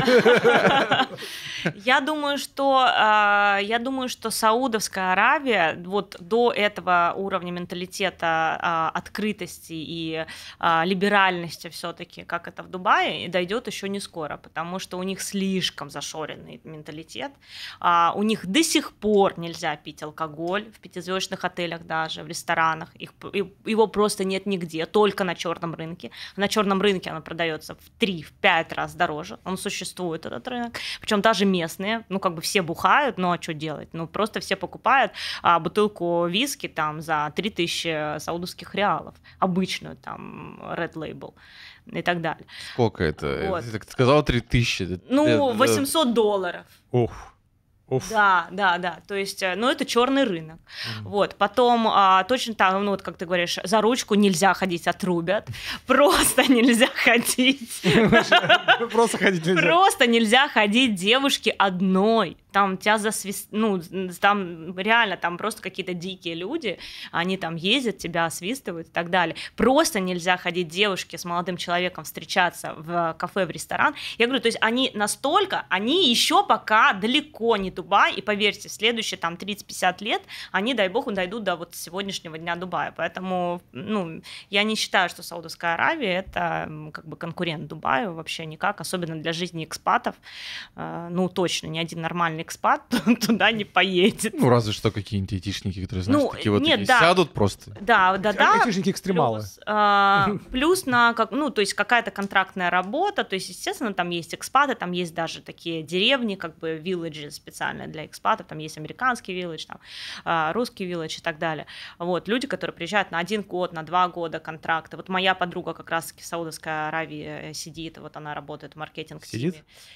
B: Я думаю, что Саудовская Аравия вот до этого уровня менталитета открытости и либеральности все-таки, как это в Дубае, дойдет еще не скоро, потому что у них слишком зашоренный менталитет. У них до сих пор нельзя пить алкоголь в 5-звездочных отелях даже, в ресторанах. Его просто нет нигде, только на черном рынке. На черном рынке оно продается в 3-5 раз дороже. Он существует, этот рынок. Причем даже местные, ну как бы все бухают, ну а что делать? Ну просто все покупают бутылку виски там за 3000 саудовских реалов, обычную там Red Label и так далее.
C: Сколько это? Вот. Ты сказала 3000.
B: Ну, $800.
A: Ух.
B: Да. То есть, ну, это черный рынок. Вот. Потом точно так, ну, вот как ты говоришь, за ручку нельзя ходить, отрубят. Просто нельзя ходить.
A: Просто ходить нельзя.
B: Просто нельзя ходить девушке одной. там тебя там реально там просто какие-то дикие люди, они там ездят, тебя освистывают и так далее. Просто нельзя ходить девушке с молодым человеком встречаться в кафе, в ресторан. Я говорю, то есть они еще пока далеко не Дубай, и поверьте, в следующие там 30-50 лет они, дай бог, дойдут до вот сегодняшнего дня Дубая. Поэтому, я не считаю, что Саудовская Аравия это как бы конкурент Дубаю вообще никак, особенно для жизни экспатов. Точно, ни один нормальный экспат туда не поедет.
C: Разве что какие-нибудь айтишники, которые, знаешь, такие вот
B: нет,
C: сядут просто.
B: Да.
A: Айтишники-экстремалы.
B: Плюс то есть какая-то контрактная работа, то есть, естественно, там есть экспаты, там есть даже такие деревни, как бы вилледжи специальные для экспатов, там есть американский вилледж, там русский вилледж и так далее. Вот, люди, которые приезжают на 1 год, на 2 года контракта. Вот моя подруга как раз-таки в Саудовской Аравии сидит, вот она работает в маркетинг-тиме.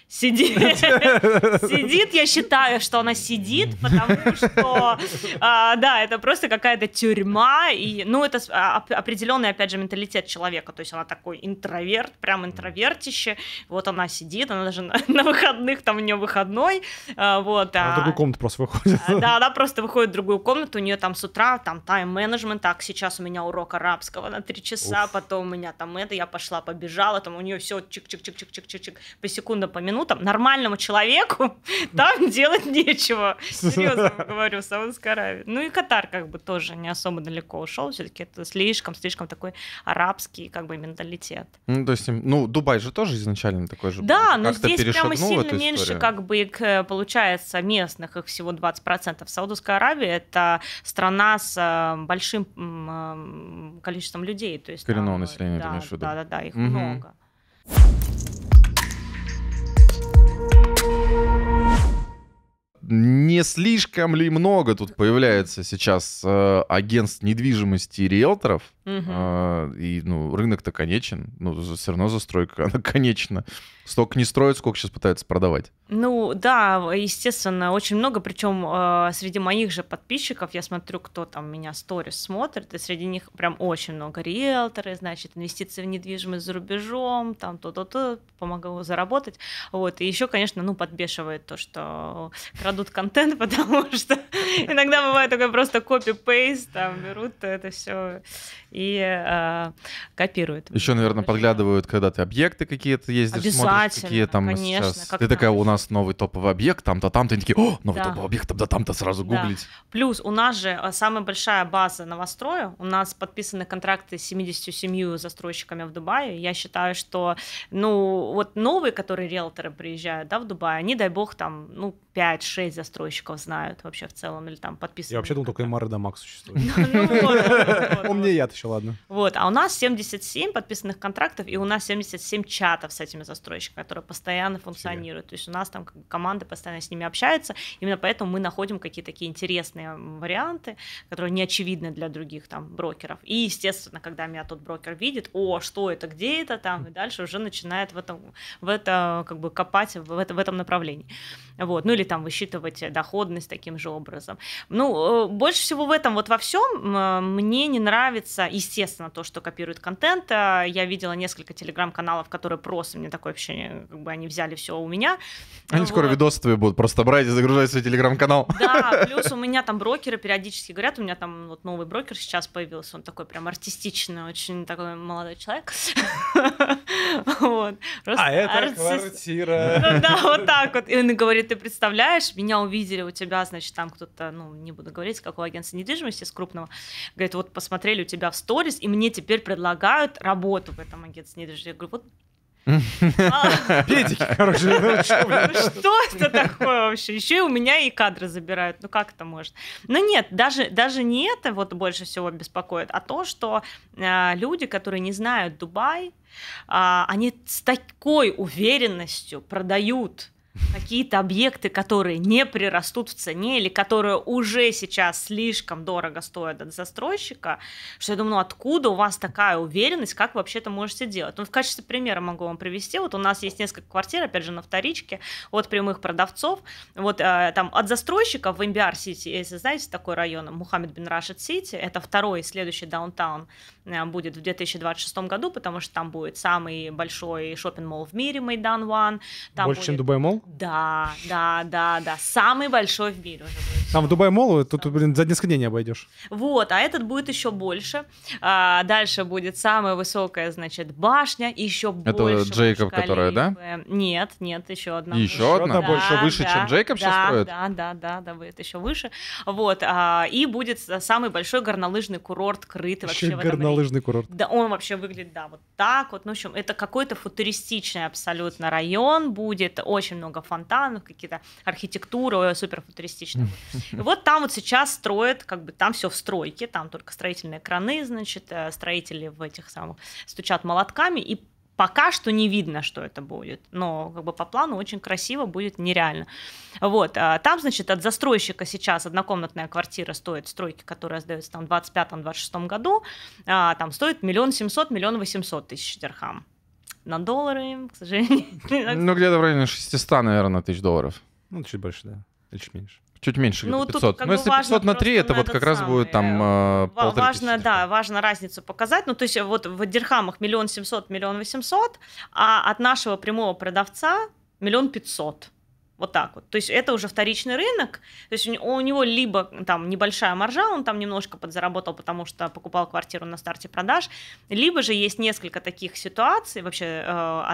B: Сидит, я считаю, что она сидит, потому что, это просто какая-то тюрьма, и, это определенный, опять же, менталитет человека, то есть она такой интроверт, прям интровертище, вот она сидит, она даже на выходных, там у нее выходной, вот.
A: Она в другую комнату просто выходит.
B: Да, она просто выходит в другую комнату, у нее там с утра, там тайм-менеджмент, так, сейчас у меня урок арабского на 3 часа, потом у меня там я пошла, побежала, там у нее все чик-чик-чик-чик-чик-чик по секундам, по минутам. Нормальному человеку там делать нечего. Серьезно говорю, в Саудовской Аравии. И Катар как бы тоже не особо далеко ушел, все-таки это слишком такой арабский как бы менталитет.
C: То есть, Дубай же тоже изначально такой же.
B: Да, но здесь прямо сильно меньше как бы получается местных, их всего 20%. Саудовская Аравия это страна с большим количеством людей. То есть,
C: коренного населения, ты имеешь в виду?
B: Да, их много.
C: Не слишком ли много тут появляется сейчас агентств недвижимости и риэлторов? И рынок-то конечен. Все равно застройка, она конечна. Столько не строят, сколько сейчас пытаются продавать.
B: Да, естественно, очень много. Причем среди моих же подписчиков, я смотрю, кто там меня сторис смотрит, и среди них прям очень много риэлторы, значит, инвестиции в недвижимость за рубежом, там то-то, помогу заработать. Вот. И еще, конечно, подбешивает то, что крадут контент, потому что иногда бывает такой просто копи-пейст, там берут это все и копируют.
C: Еще, наверное, подглядывают, когда ты объекты какие-то ездишь, смотришь, какие там
B: конечно,
C: сейчас. Ты такая, у нас новый топовый объект, там-то, там-то, они такие, новый топовый объект, там-то сразу гуглить.
B: Плюс у нас же самая большая база новостроя, у нас подписаны контракты с 77 застройщиками в Дубае. Я считаю, что, новые, которые риэлторы приезжают, в Дубай, они, дай бог, там, 5-6 застройщиков знают вообще в целом, или там подписаны.
A: Я вообще думал, только Эмар и Дамаг существует. Умнее я еще, ладно.
B: Вот, а у нас 77 подписанных контрактов, и у нас 77 чатов с этими застройщиками, которые постоянно функционируют. То есть у нас там команда постоянно с ними общается, именно поэтому мы находим какие-то такие интересные варианты, которые не очевидны для других там брокеров. И, естественно, когда меня тот брокер видит, что это, где это там, и дальше уже начинает в это как бы копать в этом направлении. Вот, или там высчитывать доходность таким же образом. Больше всего в этом во всем мне не нравится, естественно, то, что копирует контент. Я видела несколько телеграм-каналов, которые просто мне такое ощущение, как бы они взяли все у меня.
C: Они скоро видосы твои будут просто брать и загружать в свой телеграм-канал.
B: Да, плюс у меня там брокеры периодически говорят, у меня там новый брокер сейчас появился, он такой прям артистичный, очень такой молодой человек.
A: Это квартира.
B: Да, вот так вот. И он говорит, ты представляешь, меня увидели у тебя, значит, там кто-то, не буду говорить, с какого агентства недвижимости, с крупного, говорит, вот посмотрели у тебя в сторис, и мне теперь предлагают работу в этом агентстве недвижимости. Я говорю, вот
A: педики, короче.
B: Что это такое вообще? Еще и у меня и кадры забирают. Как это может? Нет, даже не это больше всего беспокоит, а то, что люди, которые не знают Дубай, они с такой уверенностью продают какие-то объекты, которые не прирастут в цене или которые уже сейчас слишком дорого стоят от застройщика, что я думаю, откуда у вас такая уверенность, как вы вообще это можете делать? В качестве примера могу вам привести. Вот у нас есть несколько квартир, опять же, на вторичке, от прямых продавцов. Вот там от застройщиков в Имбиар-Сити, если знаете такой район, Мухаммед бин Рашид-Сити, это второй следующий даунтаун будет в 2026 году, потому что там будет самый большой шоппинг-молл в мире, Мейдан One.
A: Больше, чем Дубай-молл?
B: Да, самый большой в мире уже будет.
A: Там в Дубай Молл, тут, блин, за несколько дней не обойдешь.
B: Вот, а этот будет еще больше. Дальше будет самая высокая, значит, башня, еще больше.
C: Это Джейкоб, которая, да?
B: Нет, еще одна.
C: Еще одна?
A: Да,
C: Больше, выше, чем Джейкоб сейчас строит?
B: Да, будет еще выше. Вот, и будет самый большой горнолыжный курорт, крытый вообще в этом
A: горнолыжный курорт.
B: Да, он вообще выглядит, да, вот так вот. Ну, в общем, это какой-то футуристичный абсолютно район будет, очень много фонтанов, какие-то архитектуры суперфутуристичные. И вот там вот сейчас строят, как бы там все в стройке, там только строительные краны, значит, строители в этих самых стучат молотками, и пока что не видно, что это будет, но как бы по плану очень красиво будет, нереально. Вот, там, значит, от застройщика сейчас однокомнатная квартира стоит, стройки, которая сдается там в 2025-2026 году, там стоит 1 700 000 1 800 000 дирхам. На доллары, к сожалению.
C: Ну, где-то в районе 600, наверное, тысяч долларов.
A: Ну, чуть больше, да. Или чуть меньше.
C: Чуть меньше, где-то 500.
B: Ну,
C: если 500 на 3, это вот как раз будет там
B: важно, да, важно разницу показать. Ну, то есть вот в дирхамах 1 700 000 1 800, а от нашего прямого продавца 1 500 000. Вот так вот. То есть это уже вторичный рынок. То есть у него либо там небольшая маржа, он там немножко подзаработал, потому что покупал квартиру на старте продаж, либо же есть несколько таких ситуаций вообще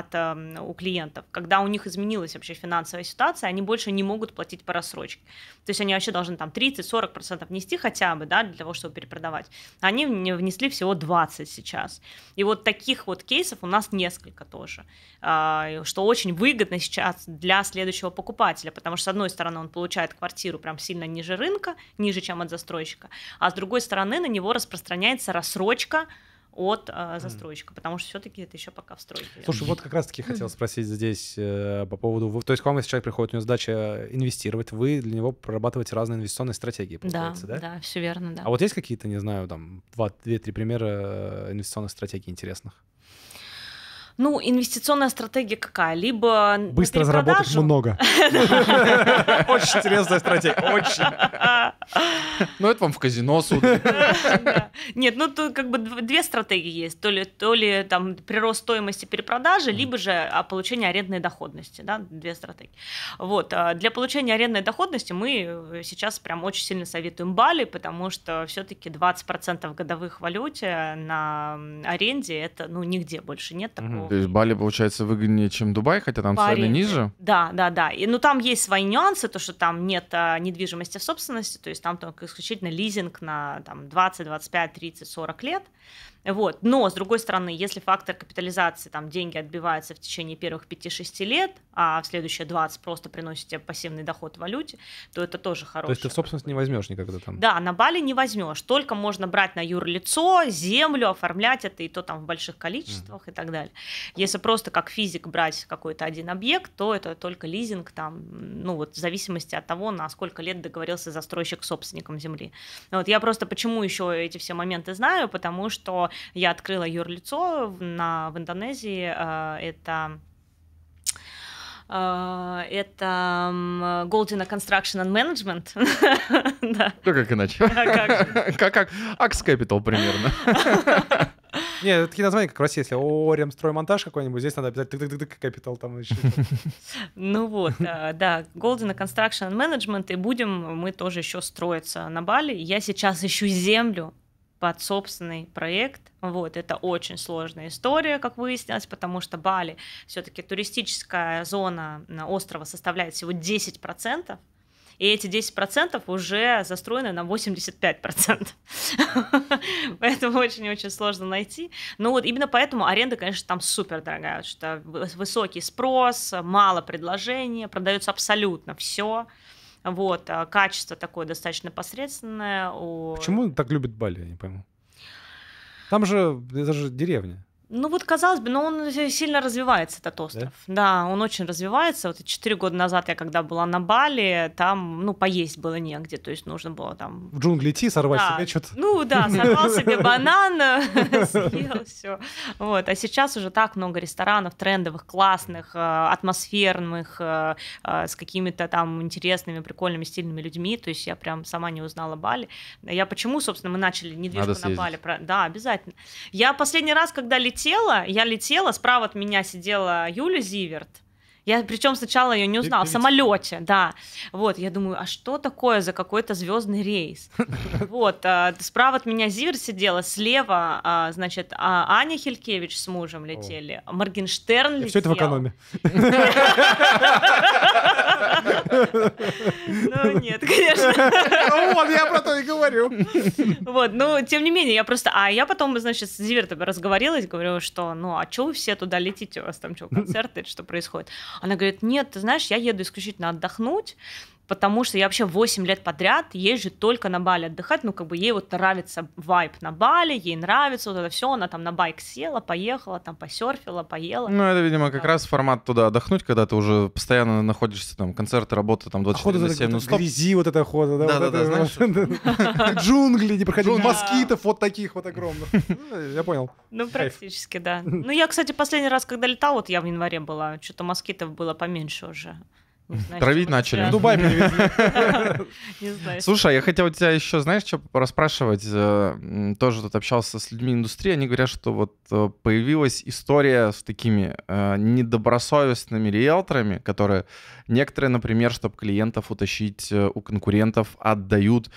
B: у клиентов, когда у них изменилась вообще финансовая ситуация, они больше не могут платить по рассрочке. То есть они вообще должны там 30-40% внести хотя бы, да, для того, чтобы перепродавать. Они внесли всего 20 сейчас. И вот таких вот кейсов у нас несколько тоже, что очень выгодно сейчас для следующего покупателя, потому что, с одной стороны, он получает квартиру прям сильно ниже рынка, ниже, чем от застройщика, а с другой стороны, на него распространяется рассрочка от застройщика, потому что все-таки это еще пока в стройке.
A: Слушай, вот как раз-таки хотел спросить здесь по поводу... То есть к вам, если человек приходит, у него задача инвестировать, вы для него прорабатываете разные инвестиционные стратегии, получается, да?
B: Да, все верно, да.
A: А вот есть какие-то, не знаю, там 2-3 примера инвестиционных стратегий интересных?
B: Ну, инвестиционная стратегия какая? Либо
A: быстро заработать много. Очень интересная стратегия, очень.
C: Ну, это вам в казино судят.
B: Нет, ну, тут как бы две стратегии есть. То ли там прирост стоимости перепродажи, либо же получение арендной доходности, да, две стратегии. Вот, для получения арендной доходности мы сейчас прям очень сильно советуем Бали, потому что все-таки 20% годовых в валюте на аренде, это, ну, нигде больше нет такого.
C: То есть Бали, получается, выгоднее, чем Дубай, хотя там цены ниже?
B: Да. И, ну, там есть свои нюансы, то, что там нет недвижимости в собственности, то есть там только исключительно лизинг на там, 20, 25, 30, 40 лет. Вот. Но, с другой стороны, если фактор капитализации, там, деньги отбиваются в течение первых 5-6 лет, а в следующие 20 просто приносит тебе пассивный доход в валюте, то это тоже хорошо.
A: То есть ты в собственность не возьмешь никогда там?
B: Да, на Бали не возьмешь, только можно брать на юрлицо, землю, оформлять это, и то там в больших количествах и так далее. Если просто как физик брать какой-то один объект, то это только лизинг, там, ну вот в зависимости от того, на сколько лет договорился застройщик с собственником земли. Вот я просто почему еще эти все моменты знаю, потому что я открыла юрлицо в Индонезии, это Goldina Construction and Management.
C: Да. Ну как иначе? Как Axe Capital примерно.
A: Нет, такие названия, как в России, если Ремстроймонтаж какой-нибудь, здесь надо обязательно Capital там еще.
B: Ну вот, да, Goldina Construction and Management, и будем мы тоже еще строиться на Бали. Я сейчас ищу землю под собственный проект. Вот, это очень сложная история, как выяснилось, потому что Бали все-таки туристическая зона острова составляет всего 10%, и эти 10% уже застроены на 85%. Поэтому очень-очень сложно найти. Но вот именно поэтому аренда, конечно, там супер дорогая, что высокий спрос, мало предложения, продается абсолютно все. Вот, качество такое достаточно посредственное.
A: Почему так любят Бали, я не пойму? Там же, это же деревня.
B: Ну вот, казалось бы, но он сильно развивается, этот остров. Да, он очень развивается. Вот 4 года назад я, когда была на Бали, там, ну, поесть было негде, то есть нужно было там...
A: В джунгли идти, сорвать себе что-то.
B: Ну да, сорвал себе банан, съел, все. Вот, а сейчас уже так много ресторанов трендовых, классных, атмосферных, с какими-то там интересными, прикольными, стильными людьми, то есть я прям сама не узнала Бали. Я почему, собственно, мы начали недвижку на Бали? Да, обязательно. Я последний раз, когда я летела, справа от меня сидела Юля Зиверт, Я причем сначала ее не узнала, в самолете, да. Вот, я думаю, а что такое за какой-то звездный рейс? Вот, справа от меня Зиверт сидела, слева, значит, Аня Хилькевич с мужем летели, Моргенштерн летел.
A: Все это в экономе.
B: Ну, нет, конечно.
A: Вот, я про то и говорю.
B: Вот, ну, тем не менее, я просто... А я потом, значит, с Зивертом разговорилась, говорю, что, ну, а что вы все туда летите? У вас там что, концерты, что происходит? Она говорит, нет, ты знаешь, я еду исключительно отдохнуть, потому что я вообще 8 лет подряд езжу только на Бали отдыхать, ну, как бы ей вот нравится вайб на Бали, ей нравится вот это все, она там на байк села, поехала, там посерфила, поела.
C: Ну, это, видимо, как раз формат туда отдохнуть, когда ты уже постоянно находишься, там, концерты, работа, там, 24 на 7, ну, стоп.
A: Грязи вот эта охота, да?
C: Да-да-да, знаешь.
A: Джунгли, не проходить, москитов вот таких вот огромных. Я понял.
B: Ну, практически, да. Ну, я, кстати, последний раз, когда летала, вот я в январе была, что-то москитов было поменьше уже. Знаешь,
C: травить начали.
A: В Дубай привезли.
B: Не знаю.
C: Слушай, я хотел у тебя еще, знаешь, что расспрашивать? Тоже тут общался с людьми индустрии, они говорят, что вот появилась история с такими недобросовестными риэлторами, которые некоторые, например, чтобы клиентов утащить у конкурентов, отдают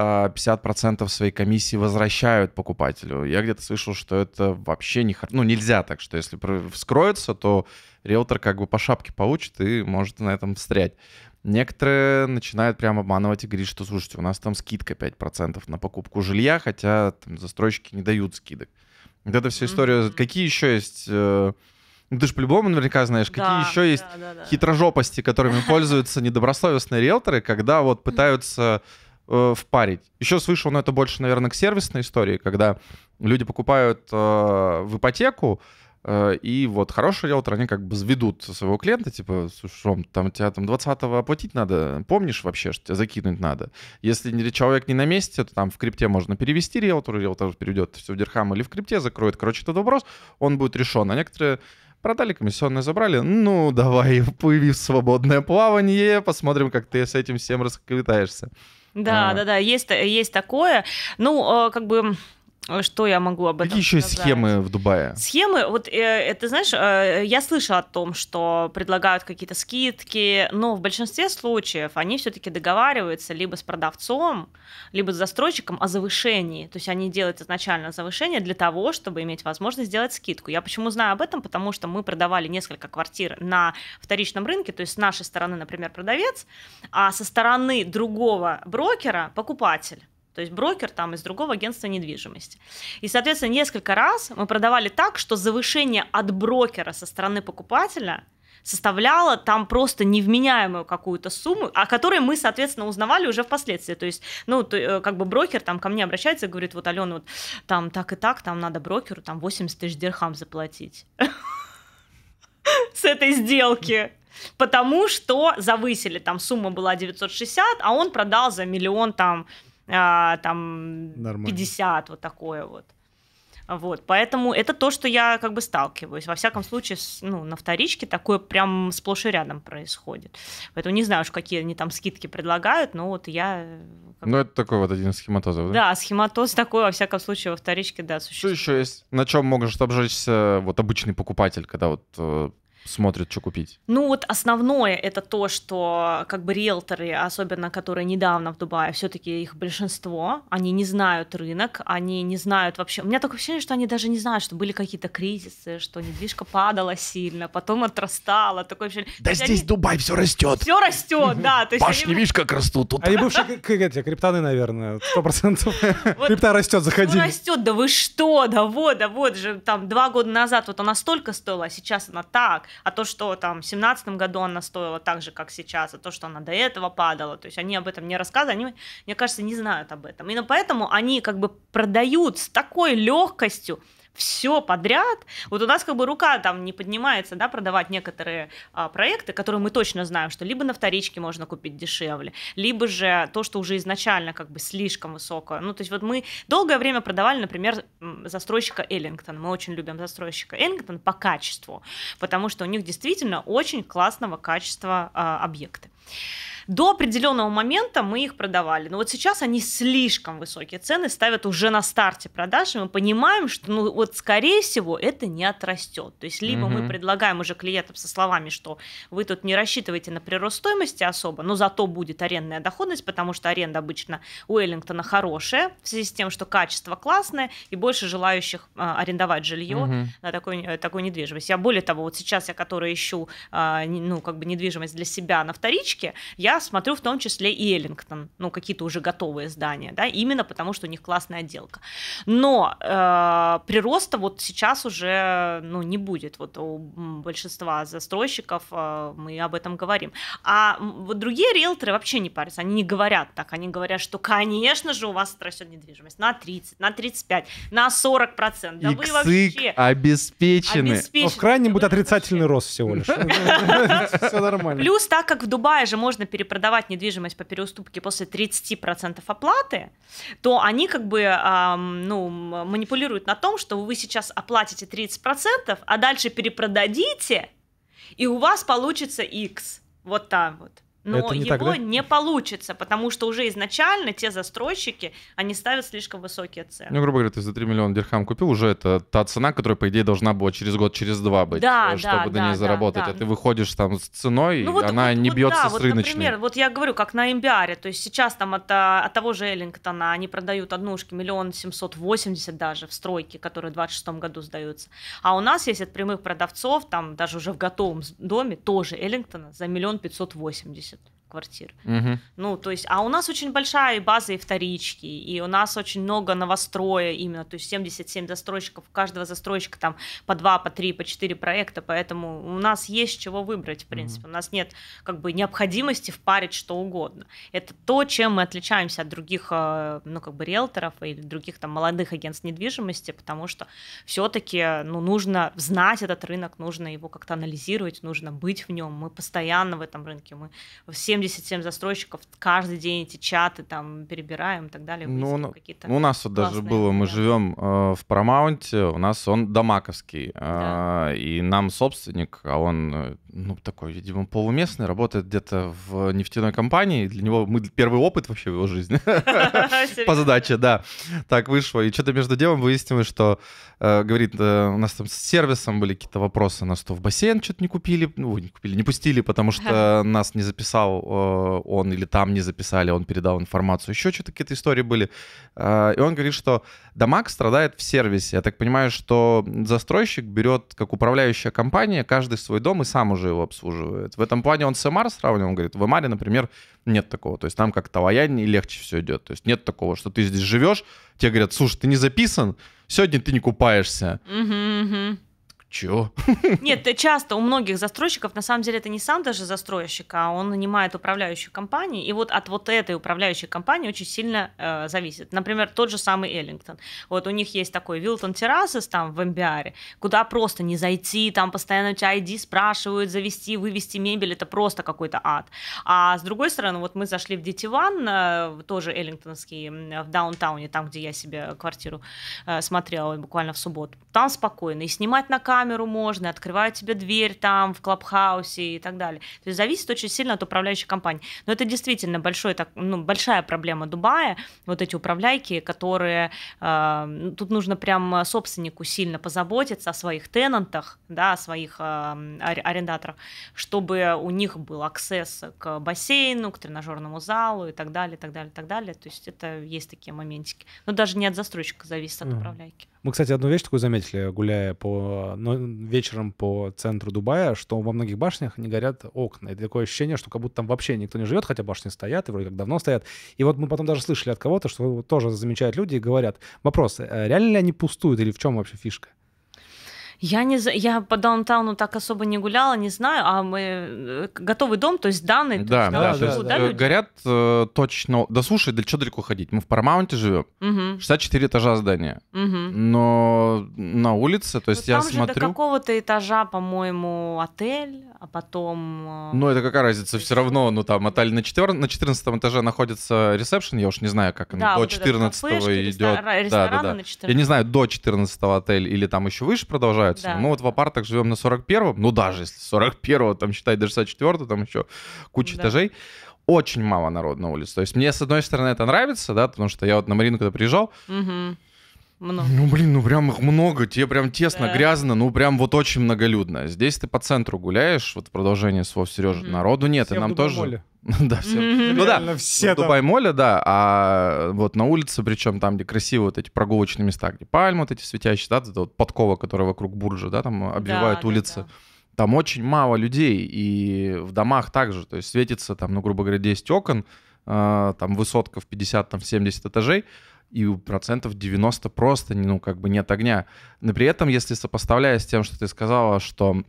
C: 50% своей комиссии, возвращают покупателю. Я где-то слышал, что это вообще не... Ну, нельзя так, что если вскроется, то риэлтор как бы по шапке получит и может на этом встрять. Некоторые начинают прямо обманывать и говорить, что, слушайте, у нас там скидка 5% на покупку жилья, хотя там застройщики не дают скидок. Вот эта вся история. Какие еще есть... Ну, ты же по-любому наверняка знаешь, какие еще есть хитрожопости, которыми пользуются недобросовестные риэлторы, когда вот пытаются... впарить. Еще слышал, но это больше, наверное, к сервисной истории, когда люди покупают в ипотеку, и вот хорошие риэлторы, они как бы заведут своего клиента, типа, слушай, Ром, там тебя там 20-го оплатить надо, помнишь вообще, что тебя закинуть надо? Если человек не на месте, то там в крипте можно перевести риэлтору, риэлтор перейдет все в дирхам или в крипте закроет. Короче, этот вопрос, он будет решен. А некоторые продали, комиссионные забрали. Ну, давай, появи свободное плавание, посмотрим, как ты с этим всем расквитаешься.
B: Да, есть такое. Ну, как бы, что я могу об этом
C: сказать? Какие еще
B: сказать?
C: Схемы в Дубае?
B: Схемы, вот, ты знаешь, я слышала о том, что предлагают какие-то скидки, но в большинстве случаев они все-таки договариваются либо с продавцом, либо с застройщиком о завышении. То есть они делают изначально завышение для того, чтобы иметь возможность сделать скидку. Я почему знаю об этом? Потому что мы продавали несколько квартир на вторичном рынке, то есть с нашей стороны, например, продавец, а со стороны другого брокера покупатель. То есть брокер там из другого агентства недвижимости. И, соответственно, несколько раз мы продавали так, что завышение от брокера со стороны покупателя составляло там просто невменяемую какую-то сумму, о которой мы, соответственно, узнавали уже впоследствии. То есть, ну, как бы брокер там ко мне обращается и говорит, вот, Алена, вот там так и так, там надо брокеру там 80 тысяч дирхам заплатить с этой сделки. Потому что завысили, там сумма была 960, а он продал за миллион там 50, вот такое вот. Вот, поэтому это то, что я как бы сталкиваюсь. Во всяком случае, ну, на вторичке такое прям сплошь и рядом происходит. Поэтому не знаю уж, какие они там скидки предлагают, но вот я...
C: Ну, это такой вот один из схематозов, да?
B: Да, схематоз такой, во всяком случае, во вторичке, да, существует.
C: Что еще есть? На чем может обжечься вот обычный покупатель, когда вот смотрят, что купить?
B: Ну вот основное это то, что как бы риэлторы, особенно которые недавно в Дубае, все-таки их большинство, они не знают рынок, они не знают вообще. У меня такое ощущение, что они даже не знают, что были какие-то кризисы, что недвижка падала сильно, потом отрастала. Такое ощущение.
C: Да здесь Дубай все растет.
B: Все растет, да.
C: Башни, видишь, как растут тут.
A: Они бывшие криптоны, наверное, 100%. Крипта растет, заходи.
B: Растет, да вы что, да вот же там 2 года назад вот она столько стоила, а сейчас она так. А то, что там в 2017 году она стоила так же, как сейчас, а то, что она до этого падала, то есть они об этом не рассказывают, они, мне кажется, не знают об этом. Именно поэтому они как бы продают с такой легкостью все подряд. Вот у нас как бы рука там не поднимается, да, продавать некоторые проекты, которые мы точно знаем, что либо на вторичке можно купить дешевле, либо же то, что уже изначально как бы слишком высокое. Ну, то есть вот мы долгое время продавали, например, застройщика Эллингтон. Мы очень любим застройщика Эллингтон по качеству, потому что у них действительно очень классного качества объекты. До определенного момента мы их продавали, но вот сейчас они слишком высокие цены ставят уже на старте продаж, и мы понимаем, что, ну, вот, скорее всего, это не отрастет. То есть, либо мы предлагаем уже клиентам со словами, что вы тут не рассчитываете на прирост стоимости особо, но зато будет арендная доходность, потому что аренда обычно у Эллингтона хорошая, в связи с тем, что качество классное, и больше желающих арендовать жилье на такую недвижимость. Более того, вот сейчас я, которая ищу, ну, как бы недвижимость для себя на вторичке, я смотрю в том числе и Эллингтон, ну, какие-то уже готовые здания, да, именно потому, что у них классная отделка. Но прироста вот сейчас уже, ну, не будет. Вот у большинства застройщиков мы об этом говорим. А вот другие риэлторы вообще не парятся, они не говорят так, они говорят, что, конечно же, у вас отрастет недвижимость на 30, на 35, на 40%. Да вы вообще
C: обеспечены.
A: Но в крайнем будет отрицательный рост всего лишь. Все нормально.
B: Плюс, так как в Дубае же можно перепродавать недвижимость по переуступке после 30% оплаты, то они как бы ну, манипулируют на том, что вы сейчас оплатите 30%, а дальше перепродадите, и у вас получится X. Вот так вот. Но
A: не
B: его
A: так, да?
B: не получится, потому что уже изначально те застройщики, они ставят слишком высокие цены.
C: Ну, грубо говоря, ты за 3 миллиона дирхам купил, уже это та цена, которая, по идее, должна была через год, через два быть, чтобы на ней заработать. А ты выходишь там с ценой,
B: ну,
C: она не бьется с рыночной.
B: Например, вот я говорю, как на Эмбиаре, то есть сейчас там от того же Эллингтона они продают однушки 1 780 000 даже в стройке, которые в 2026 году сдаются. А у нас есть от прямых продавцов, там даже уже в готовом доме, тоже Эллингтона за 1 580 000 квартир. Ну, то есть, а у нас очень большая база и вторички, и у нас очень много новостроя именно, то есть 77 застройщиков, у каждого застройщика там по 2, по 3, по 4 проекта, поэтому у нас есть чего выбрать, в принципе. У нас нет как бы необходимости впарить что угодно. Это то, чем мы отличаемся от других, ну, как бы риэлторов или других там молодых агентств недвижимости, потому что все-таки, ну, нужно знать этот рынок, нужно его как-то анализировать, нужно быть в нем. Мы постоянно в этом рынке, мы 77 застройщиков, каждый день эти чаты там перебираем и так далее.
C: Ну, у нас вот даже было, мы живем в Парамаунте, у нас он домаковский, и нам собственник, а он, ну, такой, видимо, полуместный, работает где-то в нефтяной компании, для него первый опыт вообще в его жизни по задаче, да. Так вышло, и что-то между делом выяснилось, что, говорит, у нас там с сервисом были какие-то вопросы, нас то в бассейн что-то не пустили, потому что нас не записал он, или там не записали, он передал информацию, еще что-то какие-то истории были. И он говорит, что Домак страдает в сервисе. Я так понимаю, что застройщик берет, как управляющая компания, каждый свой дом и сам уже его обслуживает. В этом плане он с МР сравнивал, он говорит, в МР, например, нет такого. То есть там как-то лояльнее и легче все идет. То есть нет такого, что ты здесь живешь, тебе говорят, слушай, ты не записан, сегодня ты не купаешься. Чё?
B: Нет, часто у многих застройщиков, на самом деле, это не сам даже застройщик, а он нанимает управляющую компанию, и вот от вот этой управляющей компании очень сильно зависит. Например, тот же самый Эллингтон. Вот у них есть такой Вилтон Террасес там в Эмбиаре, куда просто не зайти, там постоянно у тебя ID спрашивают, завести, вывести мебель, это просто какой-то ад. А с другой стороны, вот мы зашли в Дитиван, тоже эллингтонский, в даунтауне, там, где я себе квартиру смотрела буквально в субботу. Там спокойно, и снимать на камеру можно, открывают тебе дверь там в клабхаусе и так далее. То есть зависит очень сильно от управляющей компании. Но это действительно большая проблема Дубая, вот эти управляйки, которые... тут нужно прям собственнику сильно позаботиться о своих тенантах, да, о своих арендаторах, чтобы у них был аксесс к бассейну, к тренажерному залу и так далее, так далее, так далее. То есть это есть такие моментики. Но даже не от застройщика зависит, от управляйки.
A: Мы, кстати, одну вещь такую заметили, гуляя вечером по центру Дубая, что во многих башнях не горят окна. Это такое ощущение, что как будто там вообще никто не живет, хотя башни стоят, и вроде как давно стоят. И вот мы потом даже слышали от кого-то, что тоже замечают люди и говорят, вопрос, реально ли они пустуют или в чем вообще фишка?
B: Я по даунтауну так особо не гуляла, не знаю, а мы готовый дом, то есть данный.
C: Да, горят точно. Да слушай, да что далеко ходить? Мы в Парамаунте живем, 64 этажа здания, но на улице, то есть я смотрю... Там же
B: до какого-то этажа, по-моему, отель, а потом...
C: Ну это какая разница, все равно, ну там отель на 14 этаже находится ресепшн, я уж не знаю, как он до 14 идет.
B: Рестораны на 14.
C: Я не знаю, до 14 отель или там еще выше продолжается. загружаются.
B: Да.
C: Мы вот в апартах живем на 41-м, ну даже если 41-го, там считай до 64-го, там еще куча этажей. Очень мало народу на улице. То есть мне, с одной стороны, это нравится, да, потому что я вот на Марину, когда приезжал,
B: много.
C: Ну, блин, ну прям их много, тебе прям тесно, грязно, ну прям вот очень многолюдно. Здесь ты по центру гуляешь, вот в продолжение слов Сережи, народу нет,
A: Все
C: и нам
A: в
C: тоже...
A: Дубай-моле.
C: Да, все. Ну да,
A: все
C: в Дубай-моле, да, а вот на улице, причем там, где красивые вот эти прогулочные места, где пальмы вот эти светящие, да, это вот подкова, которая вокруг Бурджа, да, там обвивают улицы. Там очень мало людей, и в домах также, то есть светится там, ну, грубо говоря, 10 окон, там высотка в 50, там, в 70 этажей, и у 90% просто, ну, как бы нет огня. Но при этом, если сопоставляя с тем, что ты сказала, что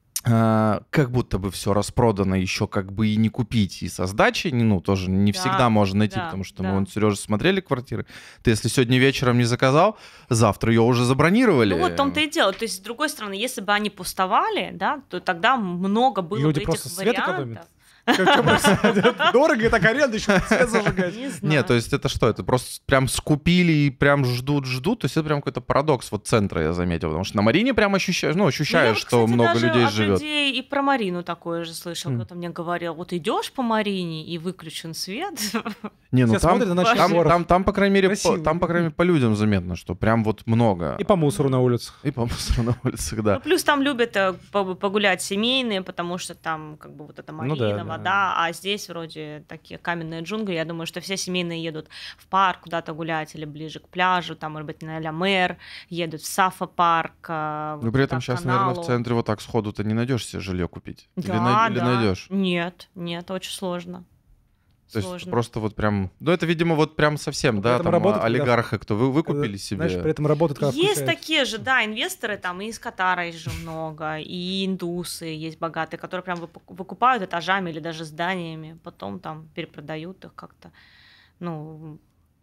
C: как будто бы все распродано, еще как бы и не купить, и со сдачей, ну, тоже не всегда можно найти, потому что мы, Сережа, смотрели квартиры. Ты, если сегодня вечером не заказал, завтра ее уже забронировали.
B: Ну, вот в том-то и дело. То есть, с другой стороны, если бы они пустовали, да, то тогда много было
A: люди
B: бы
A: просто
B: этих
A: свет
B: вариантов.
A: экономят. Дорого и так аренда, еще свет зажигать.
C: Нет, то есть это что? Это просто прям скупили и прям ждут. То есть это прям какой-то парадокс вот центра, я заметил. Потому что на Марине прям ощущаешь, что много людей живет.
B: Я и про Марину такое же слышал. Кто-то мне говорил, вот идешь по Марине и выключен свет.
C: Не, ну там, по крайней мере, по людям заметно, что прям вот много.
A: И по мусору на улицах.
C: И по мусору на улицах, да.
B: Плюс там любят погулять семейные, потому что там как бы вот эта Марина, вода, а здесь вроде такие каменные джунгли. Я думаю, что все семейные едут в парк куда-то гулять или ближе к пляжу, там, может быть, на Ля Мэр, едут в Сафа-парк.
C: Но при этом сейчас, наверное, в центре вот так сходу ты не найдешь себе жилье купить.
B: Да,
C: или найдешь?
B: Нет, очень сложно.
C: То есть просто вот прям... Ну, это, видимо, вот прям совсем, да, там олигархи, кто выкупили себе.
A: Знаешь, при этом работают как
B: есть такие же, да, инвесторы, там и из Катара есть же много, и индусы есть богатые, которые прям выкупают этажами или даже зданиями, потом там перепродают их как-то, ну...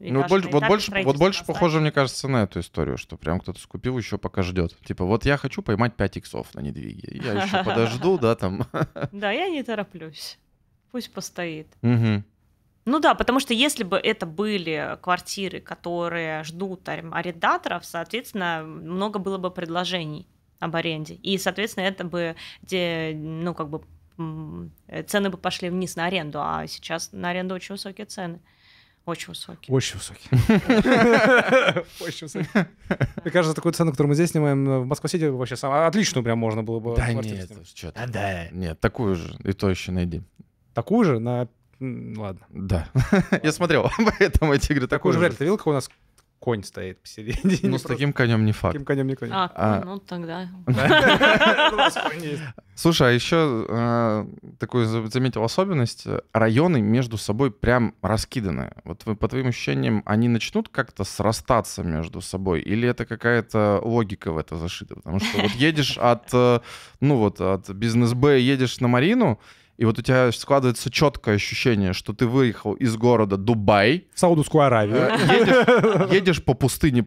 C: Вот больше похоже, мне кажется, на эту историю, что прям кто-то скупил, еще пока ждет. Типа, вот я хочу поймать 5 иксов на недвиге, я еще подожду, да, там.
B: Да, я не тороплюсь. Пусть постоит. Ну да, потому что если бы это были квартиры, которые ждут арендаторов, соответственно, много было бы предложений об аренде. И, соответственно, это бы, ну, как бы, цены бы пошли вниз на аренду, а сейчас на аренду очень высокие цены. Очень высокие.
A: Очень высокие. Очень высокие. Мне кажется, такую цену, которую мы здесь снимаем, в Москва-Сити вообще отличную прям можно было бы.
C: Да нет, что-то. Нет, такую же, и то еще найди.
A: Такую же на... Ладно.
C: Да. Я смотрел, поэтому я тебе говорю,
A: такую же. Вряд ли ты видел, какой у нас конь стоит посередине?
C: Ну, с таким конем не факт.
A: Таким конем не конь.
B: Ну тогда.
C: Слушай, а еще такую заметил особенность. Районы между собой прям раскиданы. Вот по твоим ощущениям, они начнут как-то срастаться между собой? Или это какая-то логика в это зашита? Потому что вот едешь от бизнес-Б, едешь на Марину, и вот у тебя складывается четкое ощущение, что ты выехал из города Дубай.
A: В Саудовскую Аравию.
C: Едешь по пустыне,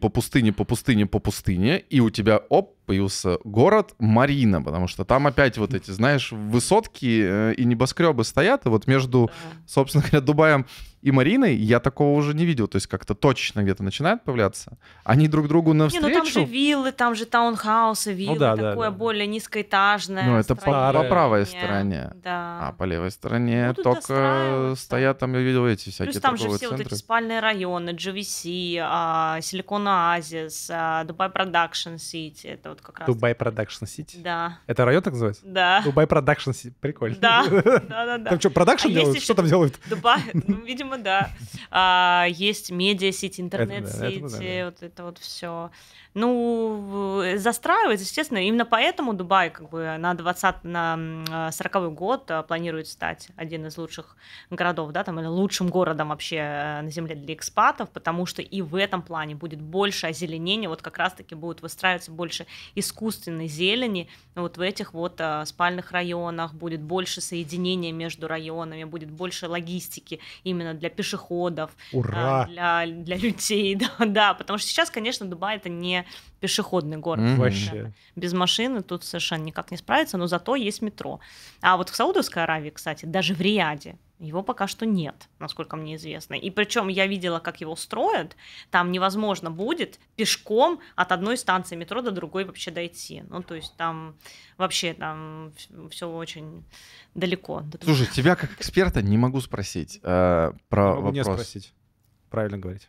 C: и у тебя, появился город Марина, потому что там опять вот эти, знаешь, высотки и небоскребы стоят, и вот между, собственно говоря, Дубаем и Мариной я такого уже не видел, то есть как-то точечно где-то начинает появляться. Они друг другу навстречу.
B: Не, ну там же виллы, там же таунхаусы, виллы, такое более низкоэтажное.
C: Ну это по правой стороне.
B: Да.
C: А по левой стороне только стоят, там я видел эти всякие торговые центры.
B: Плюс там же все вот эти спальные районы, GVC, Силикон Оазис, Дубай Продакшн Сити, это вот как раз...
A: Дубай Продакшн Сити?
B: Да.
A: Это район так называется?
B: Да.
A: Дубай Продакшн Сити, прикольно.
B: Да.
A: Там что, продакшн делают? Что там делают?
B: Дубай, видимо, да. Есть медиа-сити, интернет-сити, вот это вот все. Ну, застраивается, естественно. Именно поэтому Дубай как бы на 40-й год планирует стать один из лучших городов, да, там, или лучшим городом вообще на Земле для экспатов, потому что и в этом плане будет больше озеленения, вот как раз-таки будет выстраиваться больше искусственной зелени вот в этих вот спальных районах, будет больше соединения между районами, будет больше логистики именно для пешеходов, для людей, да, потому что сейчас, конечно, Дубай — это не пешеходный город.
A: Вообще.
B: Без машины тут совершенно никак не справиться, но зато есть метро. А вот в Саудовской Аравии, кстати, даже в Рияде Его пока что нет, насколько мне известно. И причем я видела, как его строят. Там невозможно будет пешком от одной станции метро до другой вообще дойти. Ну, то есть там вообще там все очень далеко.
C: Слушай, тебя как эксперта не могу спросить про
A: Могу
C: вопрос.
A: не спросить. Правильно говорить.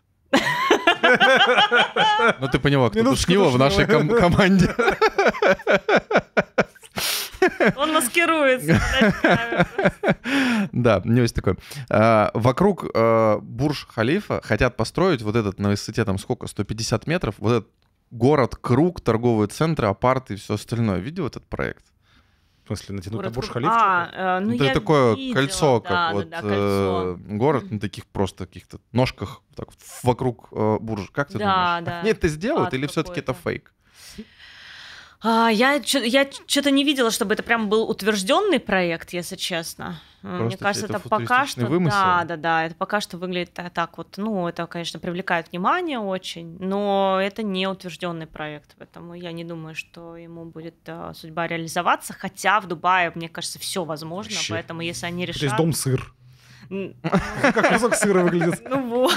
C: Ну, ты поняла, кто Душнилов в нашей команде.
B: Он маскируется.
C: Да, у него есть такое. Вокруг Бурдж-Халифа хотят построить вот этот на высоте там сколько, 150 метров, вот этот город, круг, торговые центры, апарты и все остальное. Видел этот проект?
A: В смысле, натянуть на Бурдж-Халифа?
B: Ну,
C: это
B: я
C: такое
B: видела,
C: кольцо, как
B: да,
C: вот
B: да, кольцо.
C: город на таких просто каких-то ножках так, вот, вокруг Буржа. Как ты думаешь?
B: Да.
C: Они это сделают
B: Ад
C: или все-таки это
B: какой-то.
C: фейк?
B: Я что-то не видела, чтобы это прям был утвержденный проект, если честно. Мне кажется, это пока что...
C: вымысел.
B: Да, это пока что выглядит так вот. Ну, это, конечно, привлекает внимание очень, но это не утвержденный проект, поэтому я не думаю, что ему будет судьба реализоваться, хотя в Дубае, мне кажется, все возможно,
A: Вообще.
B: поэтому если они решат...
A: То есть дом-сыр. Как кусок сыра выглядит.
B: Ну вот,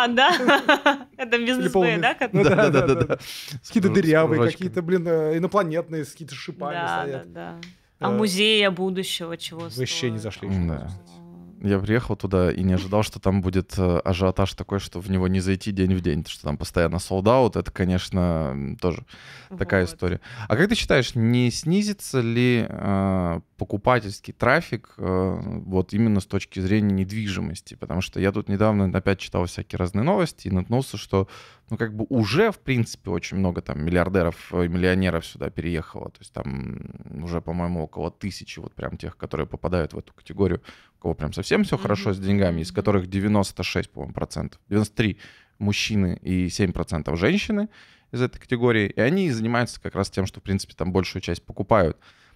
B: да. Это бизнесмен, да?
C: Да.
A: Какие-то дырявые,
C: Кружочками.
A: какие-то, блин, инопланетные, с какие-то шипами
B: Да.
A: стоят.
B: А музея будущего чего
A: Вообще
B: стоит?
A: не зашли.
C: Да. Я приехал туда и не ожидал, что там будет ажиотаж такой, что в него не зайти день в день, что там постоянно sold-out. Это, конечно, тоже такая
B: Вот.
C: история. А как ты считаешь, не снизится ли покупательский трафик вот именно с точки зрения недвижимости? Потому что я тут недавно опять читал всякие разные новости и наткнулся, что ну как бы уже, в принципе, очень много там миллиардеров и миллионеров сюда переехало. То есть там уже, по-моему, около 1000 вот прям тех, которые попадают в эту категорию, у кого прям совсем все хорошо с деньгами, из которых 96, по-моему, процентов, 93 мужчины и 7% женщины из этой категории. И они занимаются как раз тем, что, в принципе, там большую часть покупают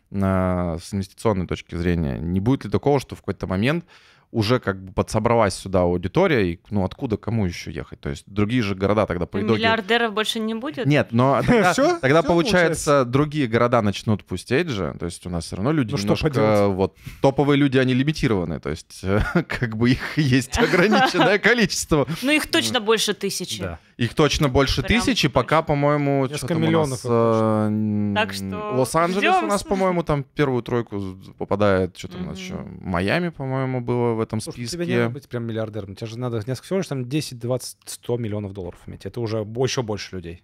C: с инвестиционной точки зрения. Не будет ли такого, что в какой-то момент уже как бы подсобралась сюда аудитория, и ну откуда, кому еще ехать? То есть другие же города тогда по итогу...
B: Миллиардеров больше не будет?
C: Нет, но тогда,
A: Всё?
C: тогда
A: Всё
C: получается, другие города начнут пустеть же, то есть у нас все равно люди
A: Ну, что
C: немножко...
A: поделать?
C: Вот, топовые люди, они лимитированы, то есть как бы их есть ограниченное количество.
B: Ну, их точно больше 1000.
A: Да.
C: Их точно больше
B: Прям
C: 1000, пока, по-моему...
A: Несколько
C: что там у
A: миллионов
C: нас,
B: Так что
C: Лос-Анджелес у
B: ждём.
C: нас, по-моему, там первую тройку попадает. Что там у нас еще? Майами, по-моему, было в этом
A: Слушай, тебе не
C: списке.
A: надо быть прям миллиардером. Тебе же надо несколько, всего лишь там 10, 20, 100 миллионов долларов иметь. Это уже еще больше людей.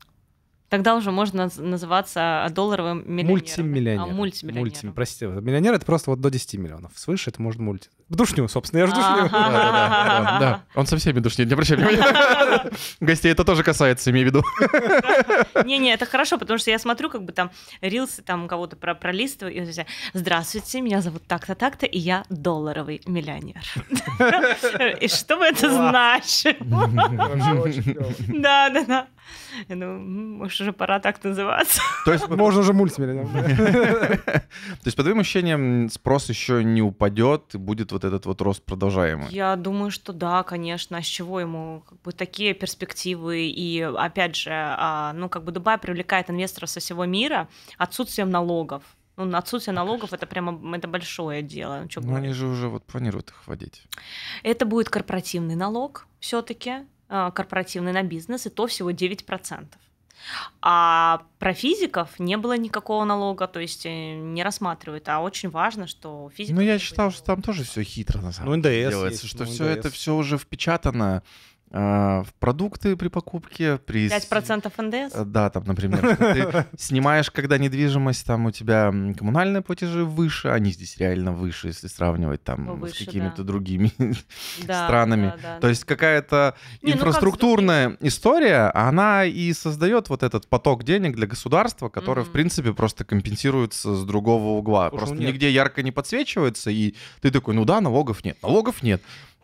B: Тогда уже можно называться долларовым миллионером.
A: Мультимиллионер.
B: Мультимиллионером.
A: Простите, миллионер — это просто вот до 10 миллионов. Свыше это может мульти. В душню, собственно, я же душню.
C: Да. Он со всеми душнит, не обращай внимания. Гостей это тоже касается, имею в виду.
B: Не-не, это хорошо, потому что я смотрю, как бы там рилсы там у кого-то пролистываю, и все: здравствуйте, меня зовут так-то, так-то, и я долларовый миллионер. И что бы это значило?
A: Вообще очень клёво.
B: Да. Я думаю, может, уже пора так называться.
C: То есть,
A: Можно уже мультимиллионер.
C: то есть, по твоим ощущениям, спрос еще не упадет, и будет вот этот вот рост продолжаемый?
B: Я думаю, что да, конечно. А с чего ему как бы такие перспективы? И опять же, ну как бы Дубай привлекает инвесторов со всего мира отсутствием налогов. Ну, отсутствие налогов это прямо это большое дело. Чё
C: Ну,
B: говорить.
C: они же уже вот планируют их вводить.
B: Это будет корпоративный налог все-таки, корпоративный на бизнес, и то всего 9%. А про физиков не было никакого налога, то есть не рассматривают. А очень важно, что физиков...
C: Ну, я
B: не
C: считал,
B: будет
C: что там тоже все хитро, на самом
A: Ну,
C: деле,
A: НДС
C: делается,
A: есть,
C: что
A: ну,
C: все
A: НДС.
C: это все уже впечатано в продукты при покупке, при...
B: 5% НДС?
C: Да, там, например, что ты снимаешь, когда недвижимость, там у тебя коммунальные платежи выше, они здесь реально выше, если сравнивать там
B: Выше,
C: с какими-то
B: да.
C: другими
B: Да,
C: странами.
B: да.
C: То есть какая-то
B: Не, ну как с
C: инфраструктурная история, она и создает вот этот поток денег для государства, который, в принципе, просто компенсируется с другого угла.
A: Слушай,
C: Просто
A: ну нет.
C: нигде ярко не подсвечивается, и ты такой, ну да, налогов нет.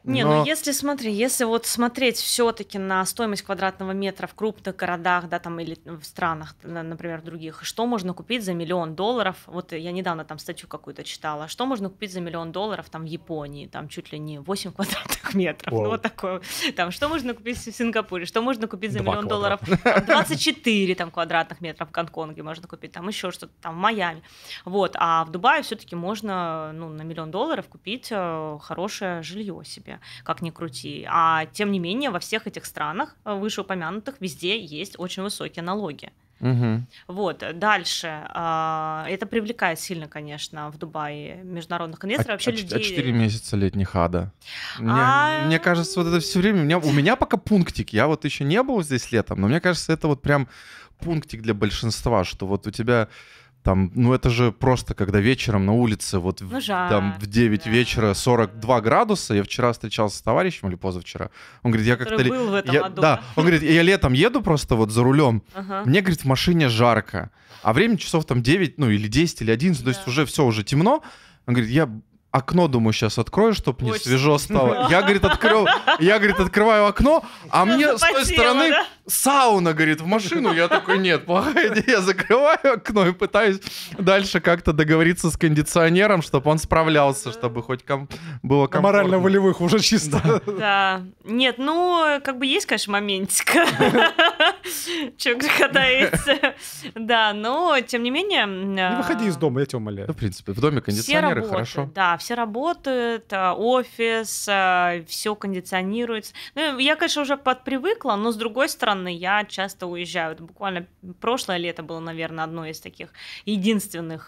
B: Не, ну если вот смотреть все-таки на стоимость квадратного метра в крупных городах, да, там, или в странах, например, других, что можно купить за $1 миллион? Вот я недавно там статью какую-то читала. Что можно купить за $1 миллион там в Японии? Там чуть ли не 8 квадратных метров. Ну, вот такое. Там, что можно купить в Сингапуре? Что можно купить за $1 миллион? Там 24 там, квадратных метров в Гонконге можно купить. Там еще что-то там в Майами. Вот. А в Дубае все-таки можно, ну, на $1 миллион купить хорошее жилье себе, как ни крути. А тем не менее, во всех этих странах вышеупомянутых везде есть очень высокие налоги.
C: Угу.
B: Вот, дальше. Это привлекает сильно, конечно, в Дубае международных инвесторов. Вообще людей...
C: 4 месяца летних ада. Мне кажется, вот это все время... У меня пока пунктик. Я вот еще не был здесь летом, но мне кажется, это вот прям пунктик для большинства, что вот у тебя... Там, ну это же просто, когда вечером на улице вот там в 9 вечера 42 градуса. Я вчера встречался с товарищем, или позавчера. Он говорит, я как-то...
B: был в этом году.
C: Да, он говорит, я летом еду просто вот за рулем. Мне, говорит, в машине жарко. А время часов там 9, ну или 10, или 11, то есть уже все, уже темно. Он говорит, я окно, думаю, сейчас открою, чтобы не свежо стало. Я, говорит, открываю окно, а мне с той стороны сауна, говорит, в машину. Я такой, нет, плохая идея. Я закрываю окно и пытаюсь дальше как-то договориться с кондиционером, чтобы он справлялся, чтобы хоть было комфортно.
A: Морально-волевых уже чисто.
B: Да. Нет, ну, как бы есть, конечно, моментика. Человек катается. Да, но, тем не менее...
A: Не выходи из дома, я тебя умоляю.
C: В принципе, в доме кондиционеры хорошо.
B: Да, все работают, офис, все кондиционируется. Ну, я, конечно, уже подпривыкла, но, с другой стороны, я часто уезжаю. Это буквально прошлое лето было, наверное, одно из таких единственных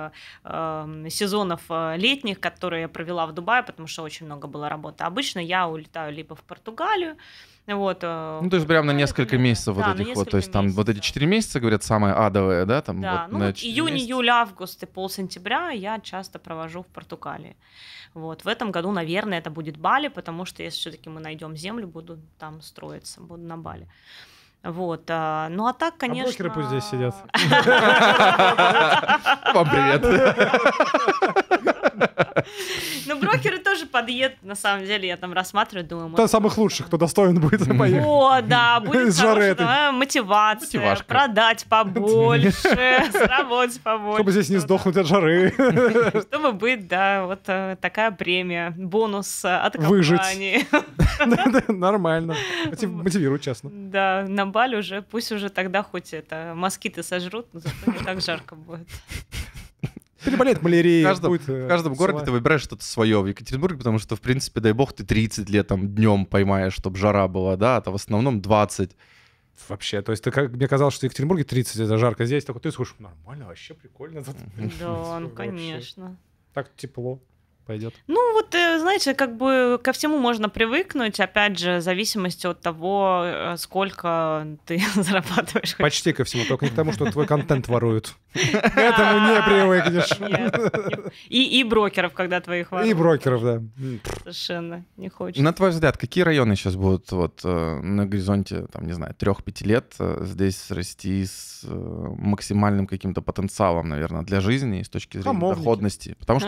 B: сезонов летних, которые я провела в Дубае, потому что очень много было работы. Обычно я улетаю либо в Португалию, вот,
C: ну, то есть прям на несколько месяцев вот этих вот, то есть там вот эти 4 месяца, говорят, самые адовые, да? Там,
B: да,
C: вот,
B: ну вот июнь, июль, август и полсентября я часто провожу в Португалии. Вот, в этом году, наверное, это будет Бали, потому что если все-таки мы найдем землю, буду там строиться, буду на Бали. Вот, ну а так, конечно...
A: А брокеры пусть здесь сидят.
C: Вам привет.
B: Ну, брокеры тоже подъедут, на самом деле, я там рассматриваю, думаю...
A: Кто самых лучших, кто достоин будет поехать.
B: О, да, будет хорошая мотивация, продать побольше, заработать побольше.
A: Чтобы здесь не сдохнуть от жары.
B: Чтобы быть, да, вот такая премия, бонус от компании.
A: Выжить. Нормально. Мотивирует, честно.
B: Да, на Бали уже, пусть уже тогда хоть это москиты сожрут, но зато не так жарко будет.
A: Переболеет малярией.
C: В каждом городе ты выбираешь что-то свое. В Екатеринбурге, потому что, в принципе, дай бог, ты 30 лет там днем поймаешь, чтобы жара была, да, а в основном 20.
A: Вообще, то есть ты, как мне казалось, что в Екатеринбурге 30 это жарко, здесь только ты слушаешь, нормально, вообще прикольно.
B: Да, ну конечно.
A: Так тепло. Пойдет.
B: Ну, вот, знаете, как бы ко всему можно привыкнуть, опять же, в зависимости от того, сколько ты зарабатываешь.
A: Почти ко всему, только не к тому, что твой контент воруют. К этому не привыкнешь.
B: И брокеров, когда твоих воруют.
A: И брокеров, да.
B: Совершенно не хочется.
C: На твой взгляд, какие районы сейчас будут вот на горизонте, там, не знаю, 3-5 лет здесь расти с максимальным каким-то потенциалом, наверное, для жизни и с точки зрения доходности? Потому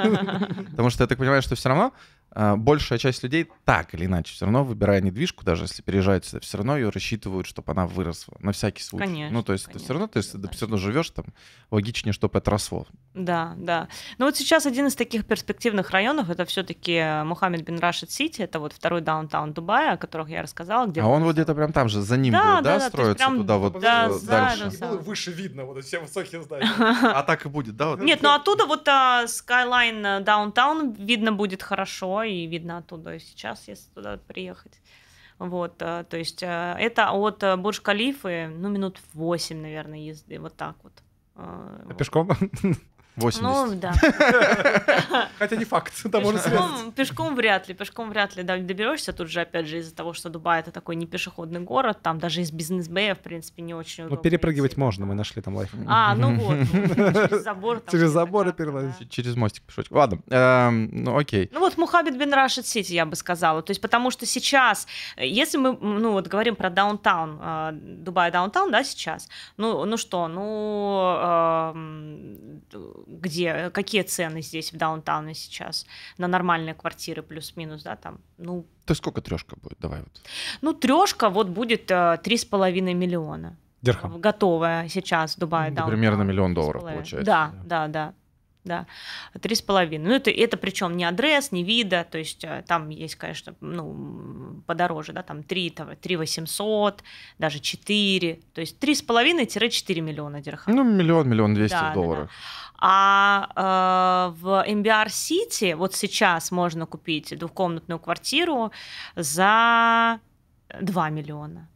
C: что я так понимаю, что все равно большая часть людей так или иначе все равно, выбирая недвижку, даже если переезжают сюда, все равно ее рассчитывают, чтобы она выросла на всякий случай.
B: Конечно,
C: ну, то есть ты все равно, ты все равно живешь там, логичнее, чтобы это росло.
B: Да, да. Но вот сейчас один из таких перспективных районов, это все-таки Мухаммед бин Рашид Сити, это вот второй даунтаун Дубая, о которых я рассказала. Где
C: он вот где-то прям там же, за ним
B: да,
C: будет, да, строится туда вот дальше?
A: Выше видно, вот все высокие здания.
C: А так и будет, да?
B: Нет, ну оттуда вот Skyline даунтаун видно будет хорошо, и видно оттуда и сейчас, если туда приехать. Вот, то есть это от Бурдж-Халифы, ну, минут 8, наверное, езды, вот так вот.
A: А пешком?
C: 80.
B: Ну, да.
A: Хотя не факт, там можно срезать.
B: Пешком вряд ли доберешься. Тут же, опять же, из-за того, что Дубай — это такой не пешеходный город, там даже из бизнес-бэя, в принципе, не очень удобно.
A: Ну, перепрыгивать можно, мы нашли там лайф.
B: Ну вот, через забор.
A: Через заборы перелазить.
C: Через мостик пешочек. Ладно, ну окей.
B: Ну вот Мухаммед бин Рашид Сити, я бы сказала. То есть потому что сейчас, если мы, ну вот говорим про даунтаун, Дубай даунтаун, да, сейчас, ну что, какие цены здесь в даунтауне сейчас на нормальные квартиры плюс-минус, да, там, ну...
C: То есть сколько трешка будет? Давай вот.
B: Ну, трешка вот будет 3,5 миллиона.
A: Дирхам.
B: Готовая сейчас в Дубае.
C: Это примерно $1 000 000 получается.
B: Да. 3,5. Ну, это причем не адрес, не вида, то есть там есть, конечно, ну, подороже, да, там 3 800, даже 4, то есть 3,5-4 миллиона дирхам.
C: Ну, $1 200 000 $200.
B: Да. А в MBR City вот сейчас можно купить двухкомнатную квартиру за 2 миллиона.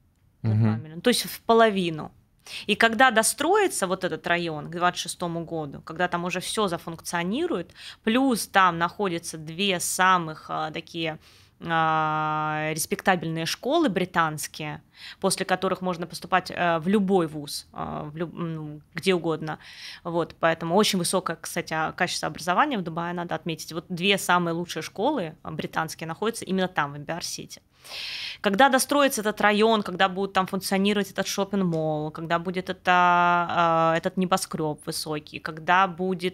B: То есть в половину. И когда достроится вот этот район к 2026 году, когда там уже все зафункционирует, плюс там находятся 2 самых такие респектабельные школы британские, после которых можно поступать в любой вуз, где угодно. Вот, поэтому очень высокое, кстати, качество образования в Дубае, надо отметить. Вот 2 самые лучшие школы британские находятся именно там, в MBR-Сити. Когда достроится этот район, когда будет там функционировать этот шоппинг-молл, когда будет этот небоскреб высокий, когда будет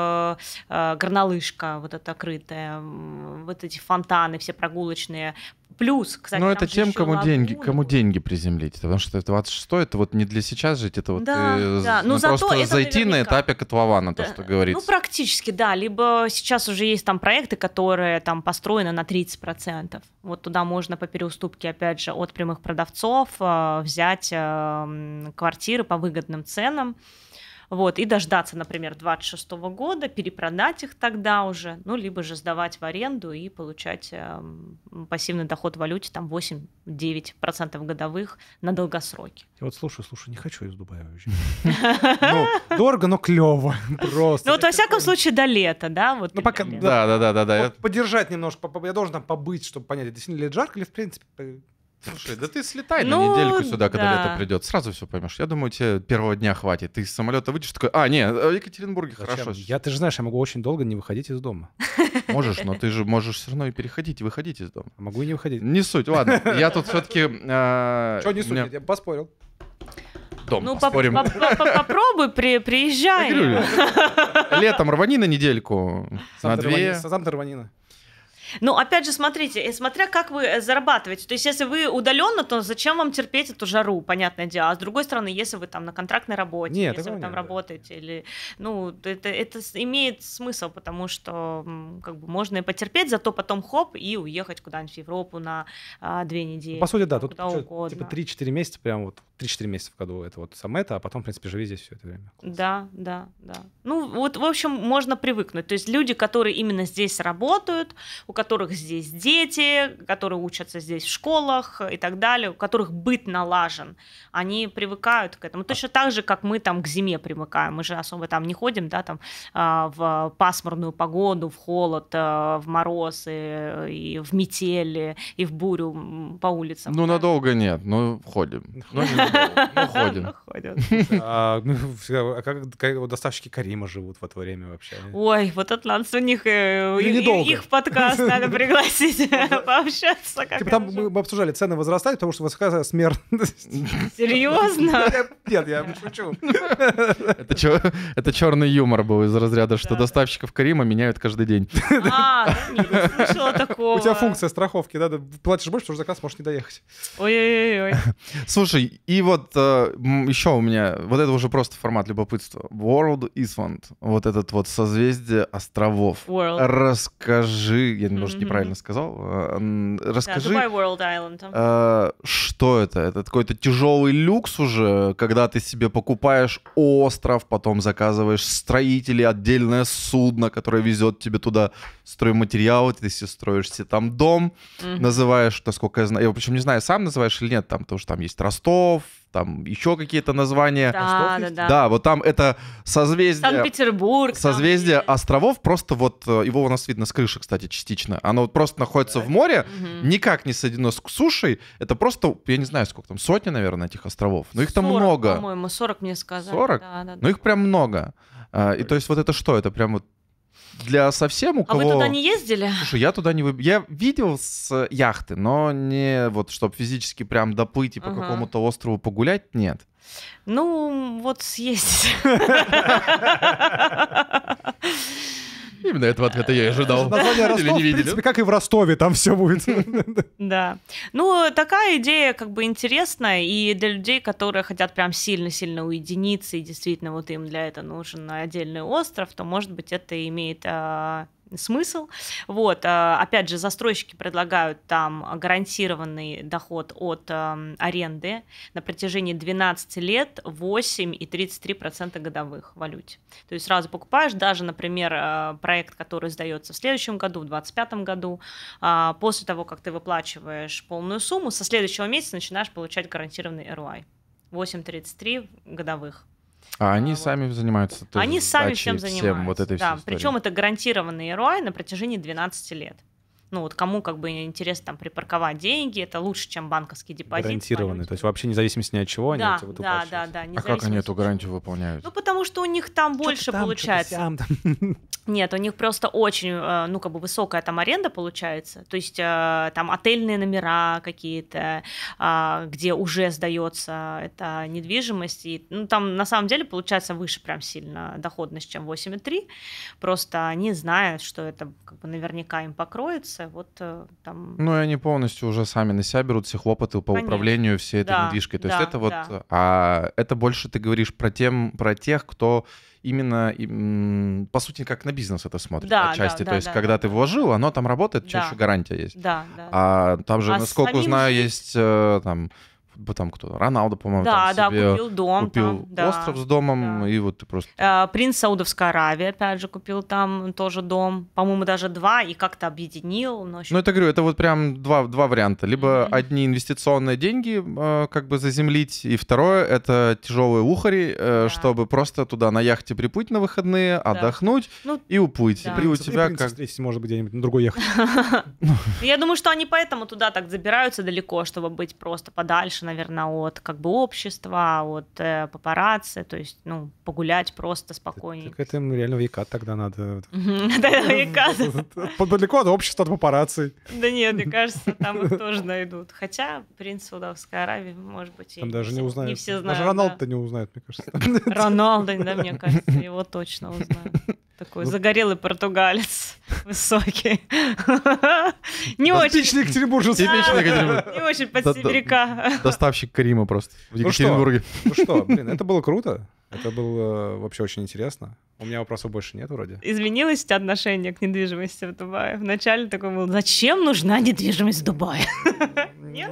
B: горнолыжка вот эта крытая, вот эти фонтаны все прогулочные. Плюс, кстати,
C: ну, это тем, кому деньги приземлить. Потому что 26-й, это вот не для сейчас жить, это вот
B: да. Ну,
C: просто
B: это
C: зайти на этапе котлована, то, что говорится.
B: Ну, практически, да. Либо сейчас уже есть там проекты, которые там построены на 30%. Вот туда можно по переуступке, опять же, от прямых продавцов взять квартиры по выгодным ценам. Вот, и дождаться, например, 26 года, перепродать их тогда уже, ну, либо же сдавать в аренду и получать пассивный доход в валюте, там, 8-9% годовых на долгосроки.
A: Я вот слушаю, не хочу из Дубая вообще. Ну, дорого, но клево. Просто.
B: Ну, вот во всяком случае до лета, да?
A: Ну, пока,
C: да.
A: Подержать немножко, я должен там побыть, чтобы понять, действительно ли жарко, или в принципе...
C: Слушай, да ты слетай на недельку сюда, когда лето придет, сразу все поймешь. Я думаю, тебе первого дня хватит. Ты из самолета выйдешь такой, в Екатеринбурге хорошо.
A: Ты же знаешь, я могу очень долго не выходить из дома.
C: Можешь, но ты же можешь все равно и переходить, и выходить из дома.
A: Могу и не выходить.
C: Не суть, ладно. Я тут все-таки...
A: Что не суть? Я поспорил.
C: Ну,
B: попробуй, приезжай.
C: Летом рвани на недельку, на 2.
A: Сам ты рванина.
B: Ну, опять же, смотрите, смотря как вы зарабатываете. То есть, если вы удаленно, то зачем вам терпеть эту жару, понятное дело. А с другой стороны, если вы там на контрактной работе, если вы там работаете, или, ну, это имеет смысл, потому что как бы можно и потерпеть, зато потом хоп, и уехать куда-нибудь в Европу на 2 недели.
A: По сути, да, тут типа 3-4 месяца, прям вот 3-4 месяца в году это вот сам это, а потом, в принципе, живи здесь все это время.
B: Да. Ну, вот, в общем, можно привыкнуть. То есть люди, которые именно здесь работают, у которых здесь дети, которые учатся здесь в школах и так далее, у которых быт налажен, они привыкают к этому. Точно так же, как мы там к зиме привыкаем. Мы же особо там не ходим, да, там в пасмурную погоду, в холод, в мороз, и в метели, и в бурю по улицам.
C: Ну, надолго нет, но ходим. Ходим.
A: А как доставщики Карима живут в это время вообще?
B: Ой, вот это надо у них их подкаст надо пригласить пообщаться.
A: Типа там мы обсуждали, цены возрастают, потому что высокая смертность.
B: Серьезно?
A: Нет, я шучу.
C: Это черный юмор был из разряда, что доставщиков Карима меняют каждый день.
B: Не слышала такого.
A: У тебя функция страховки, да? Платишь больше, потому что заказ может не доехать.
B: Ой-ой-ой.
C: Слушай, и вот еще у меня, вот это уже просто формат любопытства. World Island, вот этот вот созвездие островов. Расскажи, я немножко неправильно сказал, расскажи.
B: Да, Dubai World Island.
C: Что это? Это какой-то тяжелый люкс уже, когда ты себе покупаешь остров, потом заказываешь строителей, отдельное судно, которое везет тебе туда стройматериалы, ты себе строишь себе там дом, называешь, насколько я знаю, я причем не знаю, сам называешь или нет, там, потому что там есть Ростов, там еще какие-то названия. Да, вот там это созвездие...
B: Санкт-Петербург.
C: Созвездие островов, просто вот, его у нас видно с крыши, кстати, частично. Оно вот просто находится в море, никак не соединено с сушей. Это просто, я не знаю, сколько там, сотни, наверное, этих островов. Но их там
B: 40,
C: много.
B: По-моему, 40 мне сказали.
C: 40?
B: Да.
C: Но их прям много. И то есть вот это что? Это прям вот... для совсем у кого...
B: А вы туда не ездили?
C: Слушай, я туда не... Я видел с яхты, но не вот, чтобы физически прям доплыть и по какому-то острову погулять, нет.
B: Ну, вот съездить.
C: Именно этого ответа я и ожидал.
A: Название Ростов, в принципе, как и в Ростове, там все будет.
B: Да. Ну, такая идея как бы интересная, и для людей, которые хотят прям сильно-сильно уединиться, и действительно вот им для этого нужен отдельный остров, то, может быть, это имеет смысл. Вот. Опять же, застройщики предлагают там гарантированный доход от аренды на протяжении 12 лет 8,33% годовых в валюте. То есть сразу покупаешь, даже, например, проект, который сдается в следующем году, в 2025 году, после того, как ты выплачиваешь полную сумму, со следующего месяца начинаешь получать гарантированный ROI. 8,33 годовых.
C: А они сами занимаются тоже.
B: Они сами всем занимаются.
C: Вот этой
B: да,
C: всей
B: причем это гарантированный ROI на протяжении 12 лет. Ну вот кому как бы интересно там припарковать деньги, это лучше, чем банковский депозит.
A: Гарантированный, то есть вообще независимости ни от чего,
B: да,
A: они эти выплачивают.
B: Да.
C: А как они эту гарантию выполняют?
B: Ну потому что у них там больше
A: там,
B: получается. Нет, у них просто очень, ну, как бы высокая там аренда получается, то есть там отельные номера какие-то, где уже сдается эта недвижимость, и, ну, там на самом деле получается выше прям сильно доходность, чем 8,3, просто они знают, что это как бы наверняка им покроется, вот там...
C: Ну, и они полностью уже сами на себя берут все хлопоты по управлению всей этой недвижкой, то есть это вот...
B: Да.
C: А это больше ты говоришь про тех, кто... именно, по сути, как на бизнес это смотрит отчасти. То есть, когда ты вложил, оно там работает, еще гарантия есть.
B: Да.
C: А там же, насколько знаю, есть там кто? Роналдо, по-моему, там себе
B: купил дом.
C: Купил
B: там,
C: остров с домом, и вот ты просто...
B: Принц Саудовской Аравии, опять же, купил там тоже дом. По-моему, даже 2, и как-то объединил.
C: Ну, это, говорю, это вот прям два варианта. Либо одни инвестиционные деньги как бы заземлить, и второе — это тяжелые ухари, чтобы просто туда на яхте приплыть на выходные, отдохнуть и уплыть.
A: И у тебя как... встретить, может быть, где-нибудь на другой яхте.
B: Я думаю, что они поэтому туда так забираются далеко, чтобы быть просто подальше, наверное, от как бы общества, от папарацци, то есть, ну, погулять просто спокойненько.
A: Так это им реально в Екат тогда надо.
B: Далеко
A: от общества, от папарацци.
B: Да нет, мне кажется, там их тоже найдут. Хотя принц Саудовской Аравии, может быть,
A: там даже не узнают.
B: Не все знают.
A: Даже Роналдо-то не узнает, мне кажется.
B: Роналдо, да, мне кажется, его точно узнают. Такой загорелый португалец, высокий. Не очень.
A: Типичный екатеринбуржец.
B: Не очень под сибиряка.
C: Доставщик Карима просто в Екатеринбурге.
A: Ну что, блин, это было круто. Это было вообще очень интересно. У меня вопросов больше нет вроде.
B: Изменилось у тебя отношение к недвижимости в Дубае? Вначале такой был, зачем нужна недвижимость в Дубае? Нет?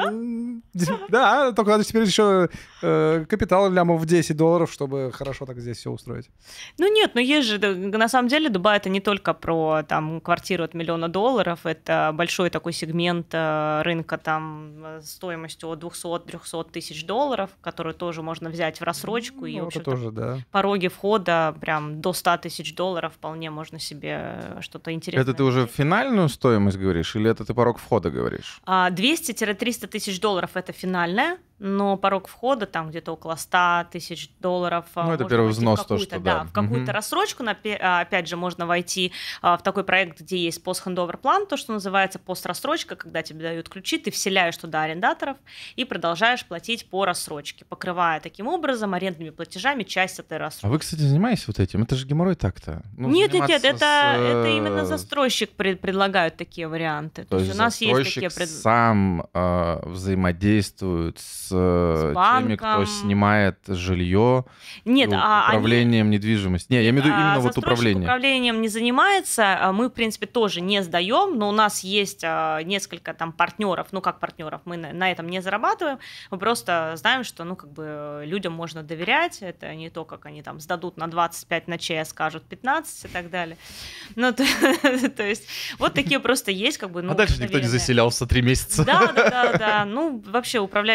A: Да, только надо теперь еще капитал лямов в $10, чтобы хорошо так здесь все устроить.
B: Ну нет, но есть же, на самом деле, Дубай — это не только про там квартиру от $1 миллиона, это большой такой сегмент рынка там стоимостью от $200-300 тысяч, который тоже можно взять в рассрочку, и, в общем-то, пороги входа прям до $100 тысяч вполне можно себе что-то интересное.
C: Это ты уже финальную стоимость говоришь, или это ты порог входа говоришь?
B: 200-300 тысяч долларов — это финальная, но порог входа там где-то около $100 тысяч.
C: Ну, это первый взнос, то, что
B: да. В какую-то рассрочку, опять же, можно войти в такой проект, где есть пост-хендовер план, то, что называется пост-рассрочка, когда тебе дают ключи, ты вселяешь туда арендаторов и продолжаешь платить по рассрочке, покрывая таким образом арендными платежами часть этой рассрочки.
C: А вы, кстати, занимаетесь вот этим? Это же геморрой так-то.
B: Ну, нет, это именно застройщик предлагает такие варианты.
C: То есть у нас есть такие сам взаимодействует с теми, кто снимает жилье, управлением недвижимости. Не, я имею в виду именно вот управление.
B: Управлением не занимается. Мы, в принципе, тоже не сдаем, но у нас есть несколько там партнеров. Ну, как партнеров, мы на этом не зарабатываем. Мы просто знаем, что, ну, как бы людям можно доверять. Это не то, как они там сдадут на 25 ночей, а скажут 15 и так далее. Ну, то есть вот такие просто есть, как бы.
C: А дальше никто не заселялся 3 месяца.
B: Да. Ну, вообще управляющая компания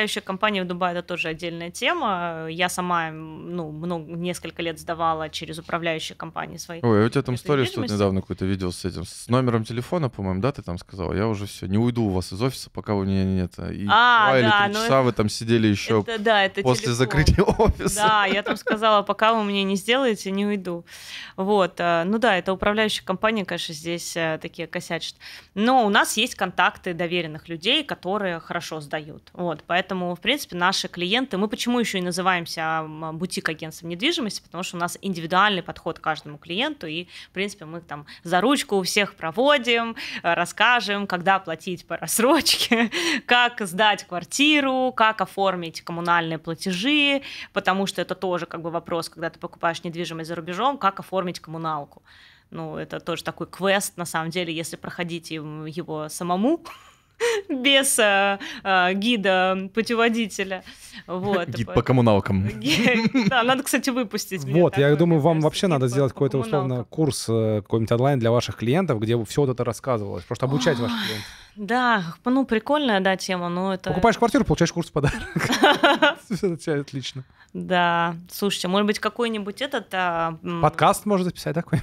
B: компании в Дубае — это тоже отдельная тема. Я сама, несколько лет сдавала через управляющие компании свои.
C: Ой, у тебя там сторис тут недавно какое-то видео с этим, с номером телефона, по-моему, да, ты там сказала? Я уже все, не уйду у вас из офиса, пока у меня нет. И 2 или 3 часа вы там сидели еще
B: это
C: после
B: телефон.
C: закрытия офиса.
B: Да, я там сказала, пока вы мне не сделаете, не уйду. Вот. Ну да, это управляющая компания, конечно, здесь такие косячат. Но у нас есть контакты доверенных людей, которые хорошо сдают. Вот. Поэтому, в принципе, наши клиенты... Мы почему еще и называемся бутик-агентством недвижимости? Потому что у нас индивидуальный подход к каждому клиенту, и, в принципе, мы там за ручку у всех проводим, расскажем, когда платить по рассрочке, как сдать квартиру, как оформить коммунальные платежи, потому что это тоже как бы вопрос, когда ты покупаешь недвижимость за рубежом, как оформить коммуналку. Ну, это тоже такой квест, на самом деле, если проходить его самому, без гида-путеводителя. Вот.
C: Гид по коммуналкам.
B: Да, надо, кстати, выпустить.
A: Вот, я думаю, вам вообще надо сделать какой-то, условно, курс, какой-нибудь онлайн для ваших клиентов, где бы все вот это рассказывалось. Просто обучать ваших клиентов.
B: Да, ну, прикольная, да, тема, но это...
A: Покупаешь квартиру, получаешь курс в подарок. Это отлично.
B: Да, слушайте, может быть, какой-нибудь этот...
A: Подкаст можно записать такой?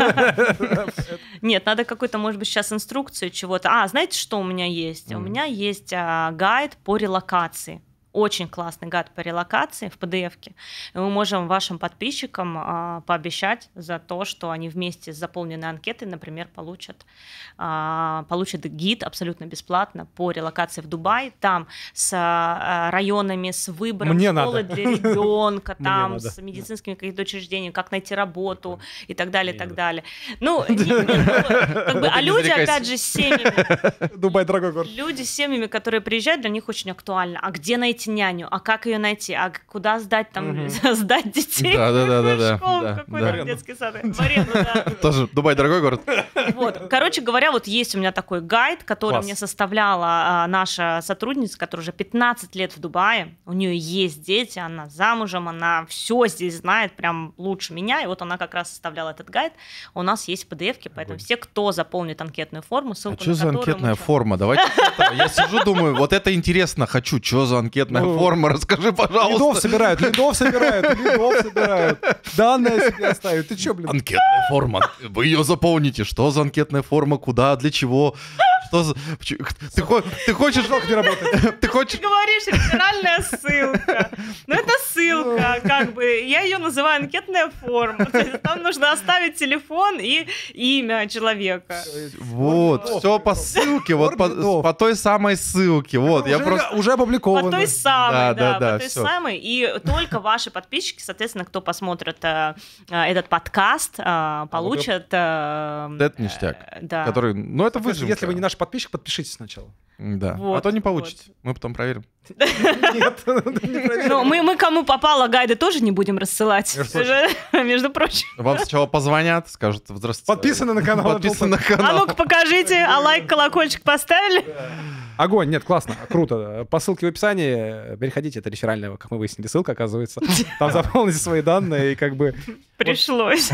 B: Нет, надо какой-то, может быть, сейчас инструкцию чего-то. Знаете, что у меня есть? У меня есть гайд по релокации. Очень классный гайд по релокации в PDF-ке. Мы можем вашим подписчикам пообещать за то, что они вместе с заполненной анкетой, например, получат гид абсолютно бесплатно по релокации в Дубай. Там с районами, с выбором школы для ребенка, там с медицинскими какими-то учреждениями, как найти работу и так далее, и так далее. Ну, а люди, опять же, с семьями.
A: Дубай дорогой город.
B: Люди с семьями, которые приезжают, для них очень актуально. А где найти няню, а как ее найти, а куда сдать там, сдать детей в школу, какой-то детский сад, в арену, да.
C: Тоже Дубай дорогой город.
B: Вот, короче говоря, вот есть у меня такой гайд, который мне составляла наша сотрудница, которая уже 15 лет в Дубае, у нее есть дети, она замужем, она все здесь знает, прям лучше меня, и вот она как раз составляла этот гайд, у нас есть в PDF-ке, поэтому все, кто заполнит анкетную форму, ссылку на которую...
C: Что за анкетная форма? Давайте, я сижу, думаю, вот это интересно, хочу, что за анкетная форма, расскажи, пожалуйста.
A: Лидов собирают. Данные себе оставят. Ты чё, блин?
C: Анкетная форма. Вы ее заполните. Что за анкетная форма? Куда? Для чего? Что за... Ты хочешь...
A: не работает.
C: Ты хочешь...
B: Ты говоришь, реферальная ссылка. Ну, это ссылка, как бы. Я ее называю анкетная форма. То есть там нужно оставить телефон и имя человека.
C: Вот, все по ссылке, вот по той самой ссылке. Вот, я просто...
A: Уже опубликовано.
B: По той самой,
C: да,
B: по той самой. И только ваши подписчики, соответственно, кто посмотрит этот подкаст, получат...
C: Это ништяк.
B: Да.
C: Который... Ну, это выжимка.
A: Если вы не наш подписчик, подпишитесь сначала.
C: Да.
B: Вот,
C: а то не получите. Вот. Мы потом проверим.
A: Нет, не проверим.
B: Ну, мы кому попало гайды тоже не будем рассылать. Между прочим.
C: Вам сначала позвонят, скажут: здравствуйте.
A: Подписаны на канал.
C: Подписаны на канал.
B: А ну-ка покажите, а лайк, колокольчик поставили?
A: Огонь, нет, классно, круто. По ссылке в описании переходите, это реферальная, как мы выяснили, ссылка, оказывается. Там заполните свои данные и как бы...
B: Пришлось.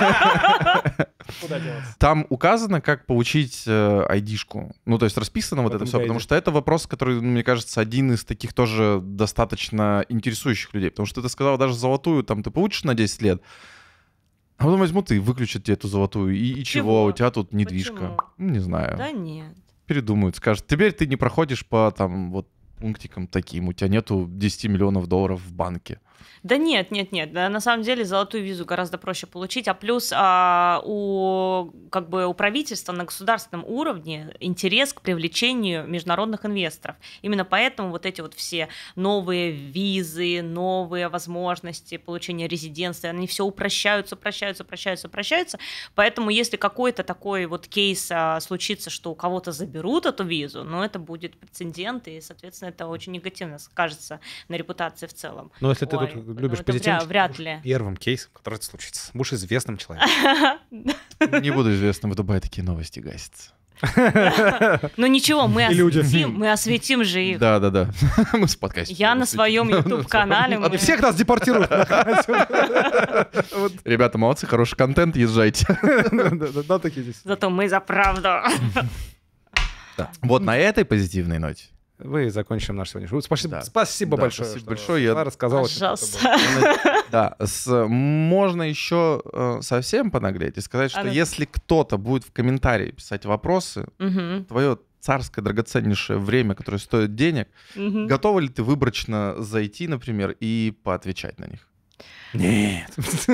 A: Куда деваться?
C: Там указано, как получить айдишку. Ну, то есть расписано вот это все, потому что это вопрос, который, мне кажется, один из таких тоже достаточно интересующих людей. Потому что ты сказал, даже золотую там ты получишь на 10 лет, а потом возьмут и выключат тебе эту золотую. И чего? У тебя тут недвижка. Ну, не знаю.
B: Да нет.
C: Передумают, скажут: теперь ты не проходишь по там вот пунктикам таким, у тебя нету 10 миллионов долларов в банке.
B: Да нет. Да, на самом деле золотую визу гораздо проще получить, а плюс у правительства на государственном уровне интерес к привлечению международных инвесторов. Именно поэтому вот эти вот все новые визы, новые возможности получения резиденции, они все упрощаются. Поэтому если какой-то такой вот кейс случится, что у кого-то заберут эту визу, ну это будет прецедент, и, соответственно, это очень негативно скажется на репутации в целом.
A: Но если ты тут любишь позитивно,
B: вряд ли.
A: Первым кейсом, который случится, будешь известным человеком.
C: Не буду известным, в Дубае такие новости гасятся.
B: Ну ничего, мы осветим же их.
C: Да. Мы с подкастом.
B: Я на своем YouTube-канале.
A: И всех нас депортируют.
C: Ребята, молодцы, хороший контент, езжайте.
A: Да, такие здесь.
B: Зато мы за правду.
C: Вот на этой позитивной ноте
A: вы закончим наш сегодняшний выпуск. Спасибо,
C: Да.
A: спасибо
C: Да,
A: большое.
C: спасибо
A: что
C: большое.
A: вы
C: Я-
A: рассказала, что это
B: Пожалуйста.
C: Да, можно еще совсем понаглеть и сказать, что
B: А ну.
C: если кто-то будет в комментарии писать вопросы,
B: Мгм.
C: твое царское драгоценнейшее время, которое стоит денег,
B: Мгм.
C: готова ли ты выборочно зайти, например, и поотвечать на них?
A: Нет.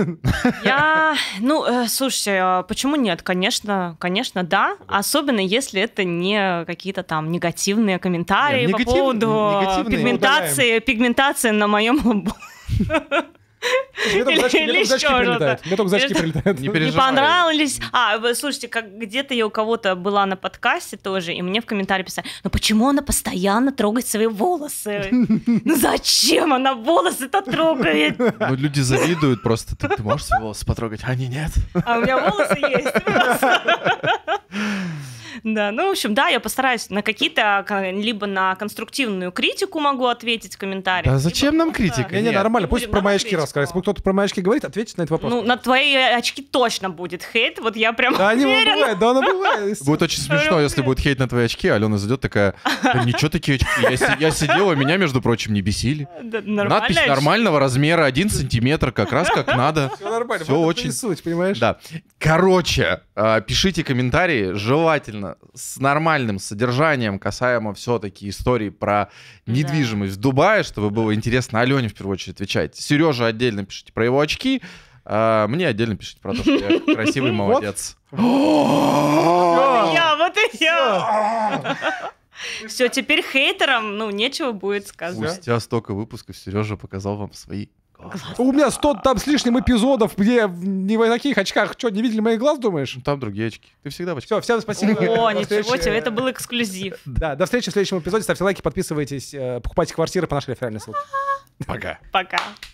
B: Слушайте, почему нет? Конечно, да. Особенно если это не какие-то там негативные комментарии
C: Нет,
B: по
C: негативные
B: поводу пигментации на моем лбу.
A: Мне только зачки
B: Или еще
A: прилетают. Мне только зачки
B: что-то.
A: прилетают.
C: Не
B: Не
C: переживай.
B: понравились. Вы слушайте, как где-то я у кого-то была на подкасте тоже, и мне в комментарии писали, ну почему она постоянно трогает свои волосы? Ну зачем она волосы-то трогает?
C: Ну, люди завидуют просто. Ты можешь свои волосы потрогать, а они нет.
B: А у меня волосы есть. Да, в общем, да, я постараюсь на какие-то, либо на конструктивную критику могу ответить в комментариях.
C: Да
B: либо
C: зачем нам
B: просто-
C: критика?
A: Не,
C: Нет.
A: нормально,
B: Не
A: пусть
B: будем
A: про
B: на
A: мои очки
B: критику.
A: расскажет. Если кто-то про мои очки говорит, ответьте на этот вопрос.
B: Ну, на твои очки точно будет хейт, вот я прям
A: Да, они
B: уверена.
A: бывают, да, она бывает.
C: Будет очень смешно, если будет хейт на твои очки, а Алена зайдет такая, «Да ничего такие очки, я сидела, меня, между прочим, не бесили.
B: Да,
C: Надпись
B: нормально.
C: нормального размера, 1 сантиметр, как раз как надо.
A: Все нормально,
C: Всё
A: вот это
C: очень-
A: и суть, понимаешь?
C: Да. Короче, пишите комментарии, желательно с нормальным содержанием касаемо все-таки истории про недвижимость в Дубае, чтобы было интересно. Алене в первую очередь отвечать. Сережа отдельно пишите про его очки, а мне отдельно пишите про то, что я красивый молодец.
B: Вот и я. Все, теперь хейтерам, нечего будет сказать.
C: Спустя столько выпусков Сережа показал вам свои глаза.
A: У меня 100 там с лишним эпизодов, где не в таких очках. Что, не видели моих глаз, думаешь?
C: Ну, там другие очки. Ты всегда в очках.
A: Все, всем спасибо.
B: О,
A: До
B: ничего
A: встречи.
B: себе, это был эксклюзив.
A: Да, до встречи в следующем эпизоде. Ставьте лайки, подписывайтесь, покупайте квартиры по нашей реферальной ссылке.
C: Пока.
B: Пока.